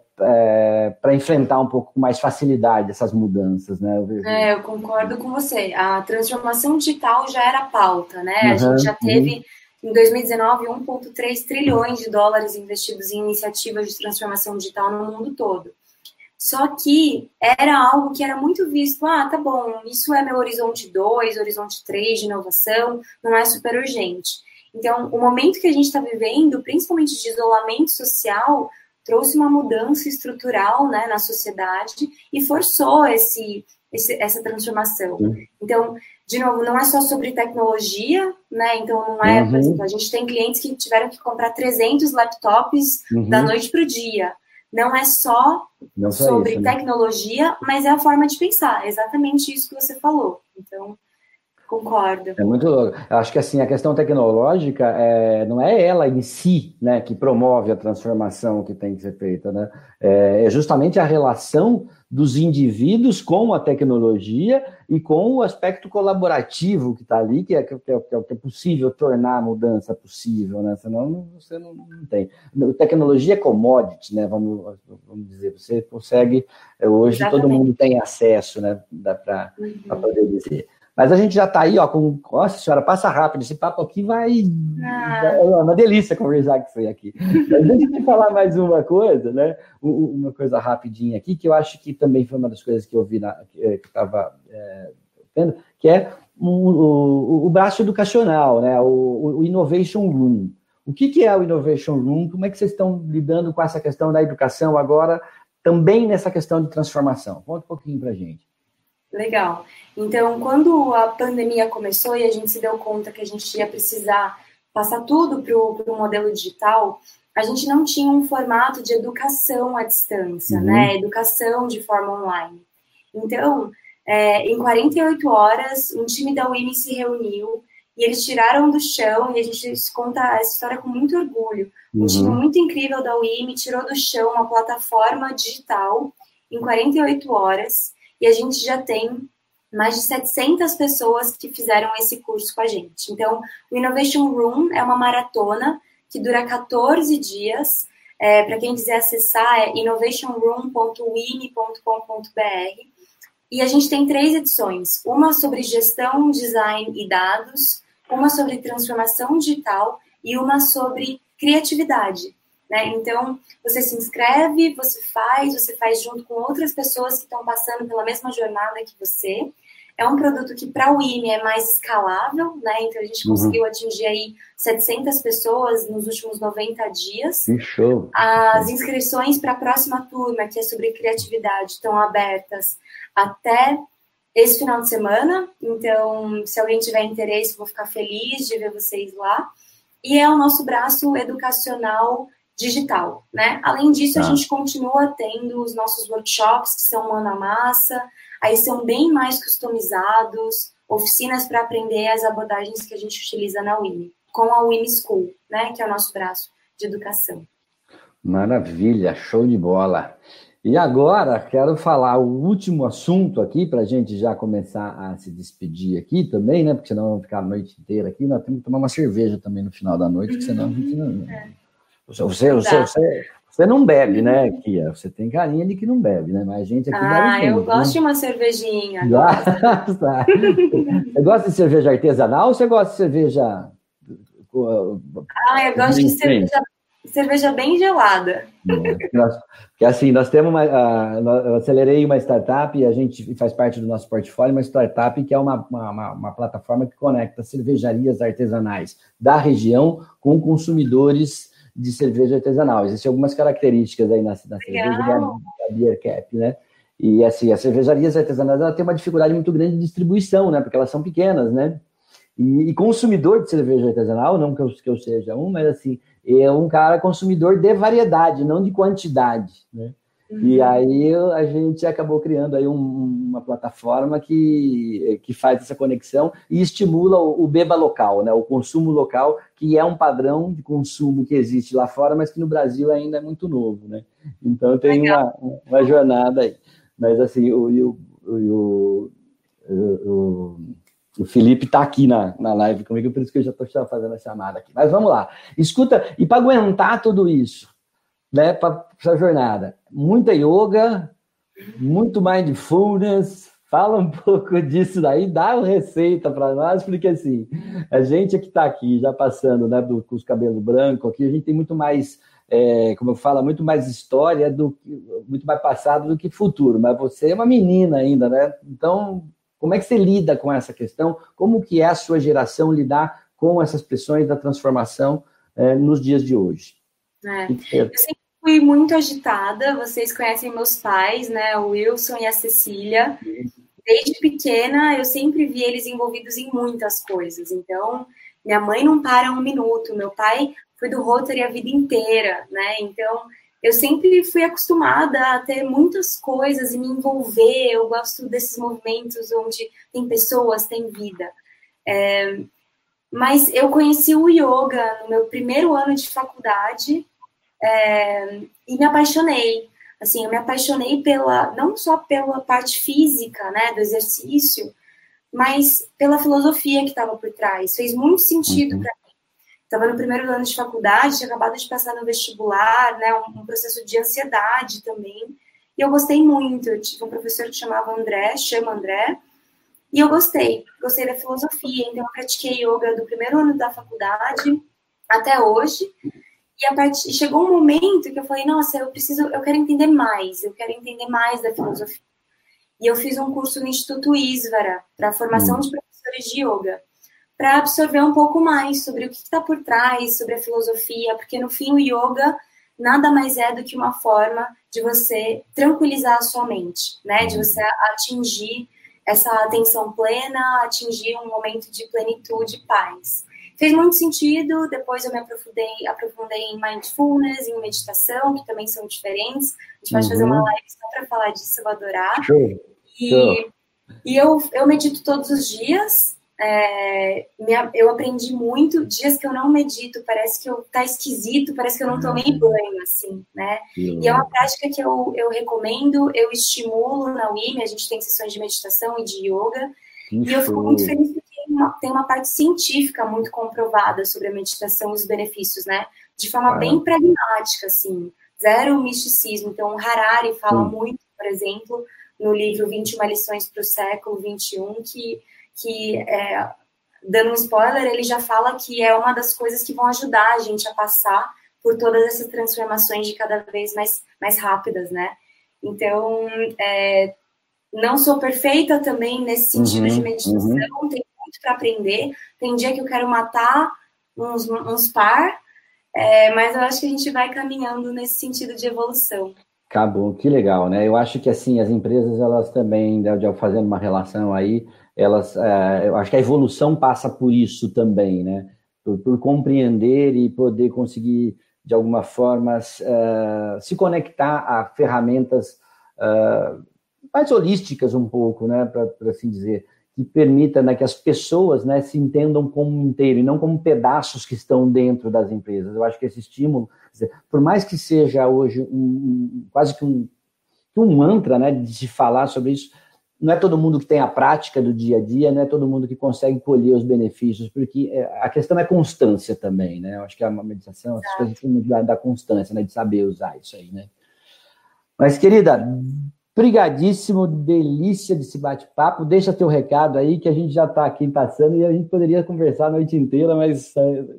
é, para enfrentar um pouco com mais facilidade essas mudanças, né? Eu é, eu concordo com você. A transformação digital já era pauta, né? Uhum, a gente já teve... Uhum. Em dois mil e dezenove, um vírgula três trilhões de dólares investidos em iniciativas de transformação digital no mundo todo. Só que era algo que era muito visto, ah, tá bom, isso é meu horizonte dois, horizonte três de inovação, não é super urgente. Então, o momento que a gente está vivendo, principalmente de isolamento social, trouxe uma mudança estrutural, né, na sociedade e forçou esse, esse, essa transformação. Então, de novo, não é só sobre tecnologia, né? Então, não é, uhum. por exemplo, a gente tem clientes que tiveram que comprar trezentos laptops uhum. da noite para o dia. Não é só não sobre isso, né? Tecnologia, mas é a forma de pensar. É exatamente isso que você falou. Então, concordo. É muito louco. Eu acho que assim, a questão tecnológica é, não é ela em si, né, que promove a transformação que tem que ser feita, né? É, é justamente a relação dos indivíduos com a tecnologia e com o aspecto colaborativo que está ali, que é, que, é, que é o que é possível tornar a mudança possível, né? Senão você não, não tem. Tecnologia é commodity, né? Vamos, vamos dizer, você consegue, hoje Exatamente. Todo mundo tem acesso, né? Dá para uhum. poder dizer. Mas a gente já está aí, ó, com... Nossa senhora, passa rápido, esse papo aqui vai... Ah. É uma delícia conversar com você aqui. Mas deixa eu falar mais uma coisa, né? Uma coisa rapidinha aqui, que eu acho que também foi uma das coisas que eu vi, na... que estava é, vendo, que é o, o, o braço educacional, né? O, o Innovation Room. O que, que é o Innovation Room? Como é que vocês estão lidando com essa questão da educação agora, também nessa questão de transformação? Conta um pouquinho para a gente. Legal. Então, quando a pandemia começou e a gente se deu conta que a gente ia precisar passar tudo para o modelo digital, a gente não tinha um formato de educação à distância, uhum. né? Educação de forma online. Então, é, em quarenta e oito horas, um time da U I M se reuniu e eles tiraram do chão, e a gente conta essa história com muito orgulho. Um uhum. time muito incrível da U I M tirou do chão uma plataforma digital em quarenta e oito horas. E a gente já tem mais de setecentas pessoas que fizeram esse curso com a gente. Então, o Innovation Room é uma maratona que dura quatorze dias. É, para quem quiser acessar, é innovation room ponto u i m ponto com ponto b r. E a gente tem três edições. Uma sobre gestão, design e dados, uma sobre transformação digital e uma sobre criatividade. Né? Então, você se inscreve, você faz, você faz junto com outras pessoas que estão passando pela mesma jornada que você. É um produto que para o I M é mais escalável, né? Então a gente uhum. conseguiu atingir aí setecentas pessoas nos últimos noventa dias. Que show! As inscrições para a próxima turma, que é sobre criatividade, estão abertas até esse final de semana. Então, se alguém tiver interesse, vou ficar feliz de ver vocês lá. E é o nosso braço educacional digital, né? Além disso, ah. a gente continua tendo os nossos workshops, que são mano a massa, aí são bem mais customizados, oficinas para aprender as abordagens que a gente utiliza na U I M, com a U I M School, né? Que é o nosso braço de educação. Maravilha, show de bola. E agora, quero falar o último assunto aqui, para a gente já começar a se despedir aqui também, né? Porque senão vamos ficar a noite inteira aqui, nós temos que tomar uma cerveja também no final da noite, porque senão a gente não... É. Você, você, você, você não bebe, né, Kia? Você tem carinha de que não bebe, né? Mas a gente aqui Ah, bebe eu muito, gosto né? de uma cervejinha. Gosta. Você gosta de cerveja artesanal ou você gosta de cerveja... Ah, eu gosto de cerveja, cerveja bem gelada. É, nós, porque assim, nós temos uma... Uh, eu acelerei uma startup e a gente faz parte do nosso portfólio, uma startup que é uma, uma, uma plataforma que conecta cervejarias artesanais da região com consumidores de cerveja artesanal. Existem algumas características aí na, na cerveja da, da Beer Cap, né? E assim, as cervejarias artesanais ela tem uma dificuldade muito grande de distribuição, né? Porque elas são pequenas, né? E, e consumidor de cerveja artesanal, não que eu, que eu seja um, mas assim, é um cara consumidor de variedade, não de quantidade, né? Uhum. E aí a gente acabou criando aí um, uma plataforma que, que faz essa conexão e estimula o, o beba local, né? O consumo local, que é um padrão de consumo que existe lá fora, mas que no Brasil ainda é muito novo, né? Então tem uma, uma jornada aí. Mas assim, o, o, o, o, o Felipe está aqui na, na live comigo, por isso que eu já estou fazendo a chamada aqui. Mas vamos lá. Escuta, e para aguentar tudo isso, né, para essa jornada, muita yoga, muito mindfulness, fala um pouco disso daí, dá uma receita para nós, porque assim, a gente que está aqui, já passando, né, do, com os cabelos brancos aqui, a gente tem muito mais, é, como eu falo, muito mais história, do muito mais passado do que futuro, mas você é uma menina ainda, né, então, como é que você lida com essa questão? Como que é a sua geração lidar com essas pressões da transformação é, nos dias de hoje? É. Eu sempre fui muito agitada, vocês conhecem meus pais, né, o Wilson e a Cecília. Desde pequena, eu sempre vi eles envolvidos em muitas coisas. Então, minha mãe não para um minuto, meu pai foi do Rotary a vida inteira, né? Então, eu sempre fui acostumada a ter muitas coisas e me envolver. Eu gosto desses movimentos onde tem pessoas, tem vida. É... Mas eu conheci o yoga no meu primeiro ano de faculdade, é, e me apaixonei. Assim, eu me apaixonei pela, não só pela parte física, né, do exercício, mas pela filosofia que estava por trás. Fez muito sentido uhum. para mim. Estava no primeiro ano de faculdade, tinha acabado de passar no vestibular, né, um, um processo de ansiedade também. E eu gostei muito. Eu tive um professor que chamava André, chama André, e eu gostei, gostei da filosofia, então eu pratiquei yoga do primeiro ano da faculdade até hoje, e a part... chegou um momento que eu falei, nossa, eu preciso, eu quero entender mais, eu quero entender mais da filosofia. E eu fiz um curso no Instituto Isvara, para a formação hum. de professores de yoga, para absorver um pouco mais sobre o que está por trás, sobre a filosofia, porque no fim o yoga nada mais é do que uma forma de você tranquilizar a sua mente, né, de você atingir essa atenção plena, atingir um momento de plenitude e paz. Fez muito sentido, depois eu me aprofundei, aprofundei em mindfulness, em meditação, que também são diferentes. A gente uhum. pode fazer uma live só para falar disso, eu vou adorar. Show. E, Show. e eu, eu medito todos os dias, é, minha, eu aprendi muito. Dias que eu não medito, parece que eu, tá esquisito, parece que eu não tomei banho, assim, né? Uhum. E é uma prática que eu, eu recomendo, eu estimulo na U I M E, a gente tem sessões de meditação e de yoga, que e eu fico muito feliz porque tem uma, tem uma parte científica muito comprovada sobre a meditação e os benefícios, né? De forma ah. bem pragmática, assim, zero misticismo. Então, o Harari fala uhum. muito, por exemplo, no livro vinte e uma lições para o século vinte e um, que que, é, dando um spoiler, ele já fala que é uma das coisas que vão ajudar a gente a passar por todas essas transformações de cada vez mais, mais rápidas, né? Então, é, não sou perfeita também nesse sentido uhum, de meditação, uhum. tem muito para aprender, tem dia que eu quero matar uns, uns par, é, mas eu acho que a gente vai caminhando nesse sentido de evolução. Acabou, que legal, né? Eu acho que, assim, as empresas, elas também, fazendo uma relação aí, elas, é, eu acho que a evolução passa por isso também, né? Por, por compreender e poder conseguir, de alguma forma, uh, se conectar a ferramentas uh, mais holísticas um pouco, né? Para assim dizer, que permita, né, que as pessoas, né, se entendam como um inteiro e não como pedaços que estão dentro das empresas. Eu acho que esse estímulo, por mais que seja hoje um, um, quase que um, um mantra, né, de se falar sobre isso, não é todo mundo que tem a prática do dia a dia, não é todo mundo que consegue colher os benefícios, porque a questão é constância também, né? Eu acho que a meditação, essas coisas têm muito da constância, né? De saber usar isso aí, né? Mas, querida, brigadíssimo, delícia desse bate-papo. Deixa teu recado aí, que a gente já está aqui passando e a gente poderia conversar a noite inteira, mas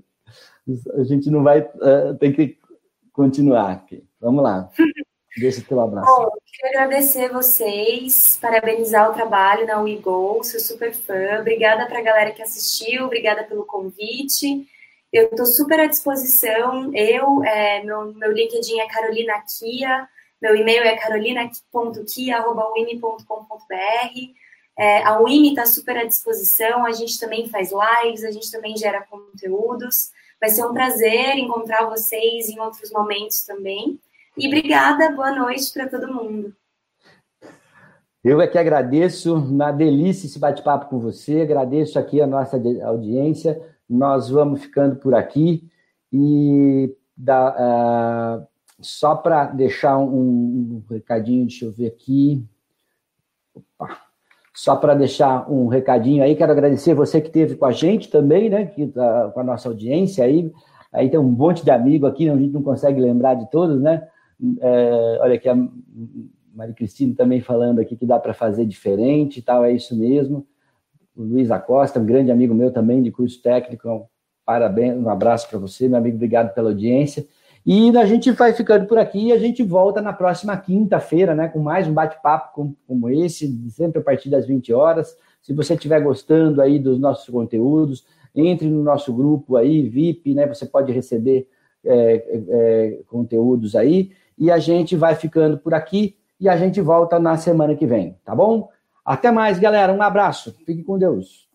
a gente não vai, uh, tem que continuar aqui. Vamos lá. Deixa o teu abraço. Bom, quero agradecer vocês, parabenizar o trabalho na WeGo, sou super fã. Obrigada para a galera que assistiu, obrigada pelo convite. Eu estou super à disposição. Eu, é, meu, meu LinkedIn é Carolina Kia, meu e-mail é carolina ponto kia arroba u i m e ponto com ponto b r. É, a U I M E está super à disposição, a gente também faz lives, a gente também gera conteúdos. Vai ser um prazer encontrar vocês em outros momentos também. E obrigada, boa noite para todo mundo. Eu é que agradeço, uma delícia esse bate-papo com você, agradeço aqui a nossa audiência, nós vamos ficando por aqui e dá, uh, só para deixar um, um recadinho, deixa eu ver aqui, opa, só para deixar um recadinho aí, quero agradecer você que esteve com a gente também, né, que, uh, com a nossa audiência aí, aí tem um monte de amigo aqui, a gente não consegue lembrar de todos, né, uh, olha aqui a Maria Cristina também falando aqui que dá para fazer diferente e tal, é isso mesmo. O Luiz Acosta, um grande amigo meu também de curso técnico, parabéns, um abraço para você, meu amigo, obrigado pela audiência. E a gente vai ficando por aqui e a gente volta na próxima quinta-feira, né, com mais um bate-papo como, como esse, sempre a partir das vinte horas. Se você estiver gostando aí dos nossos conteúdos, entre no nosso grupo aí, V I P, né, você pode receber é, é, conteúdos aí, e a gente vai ficando por aqui. E a gente volta na semana que vem, tá bom? Até mais, galera. Um abraço. Fique com Deus.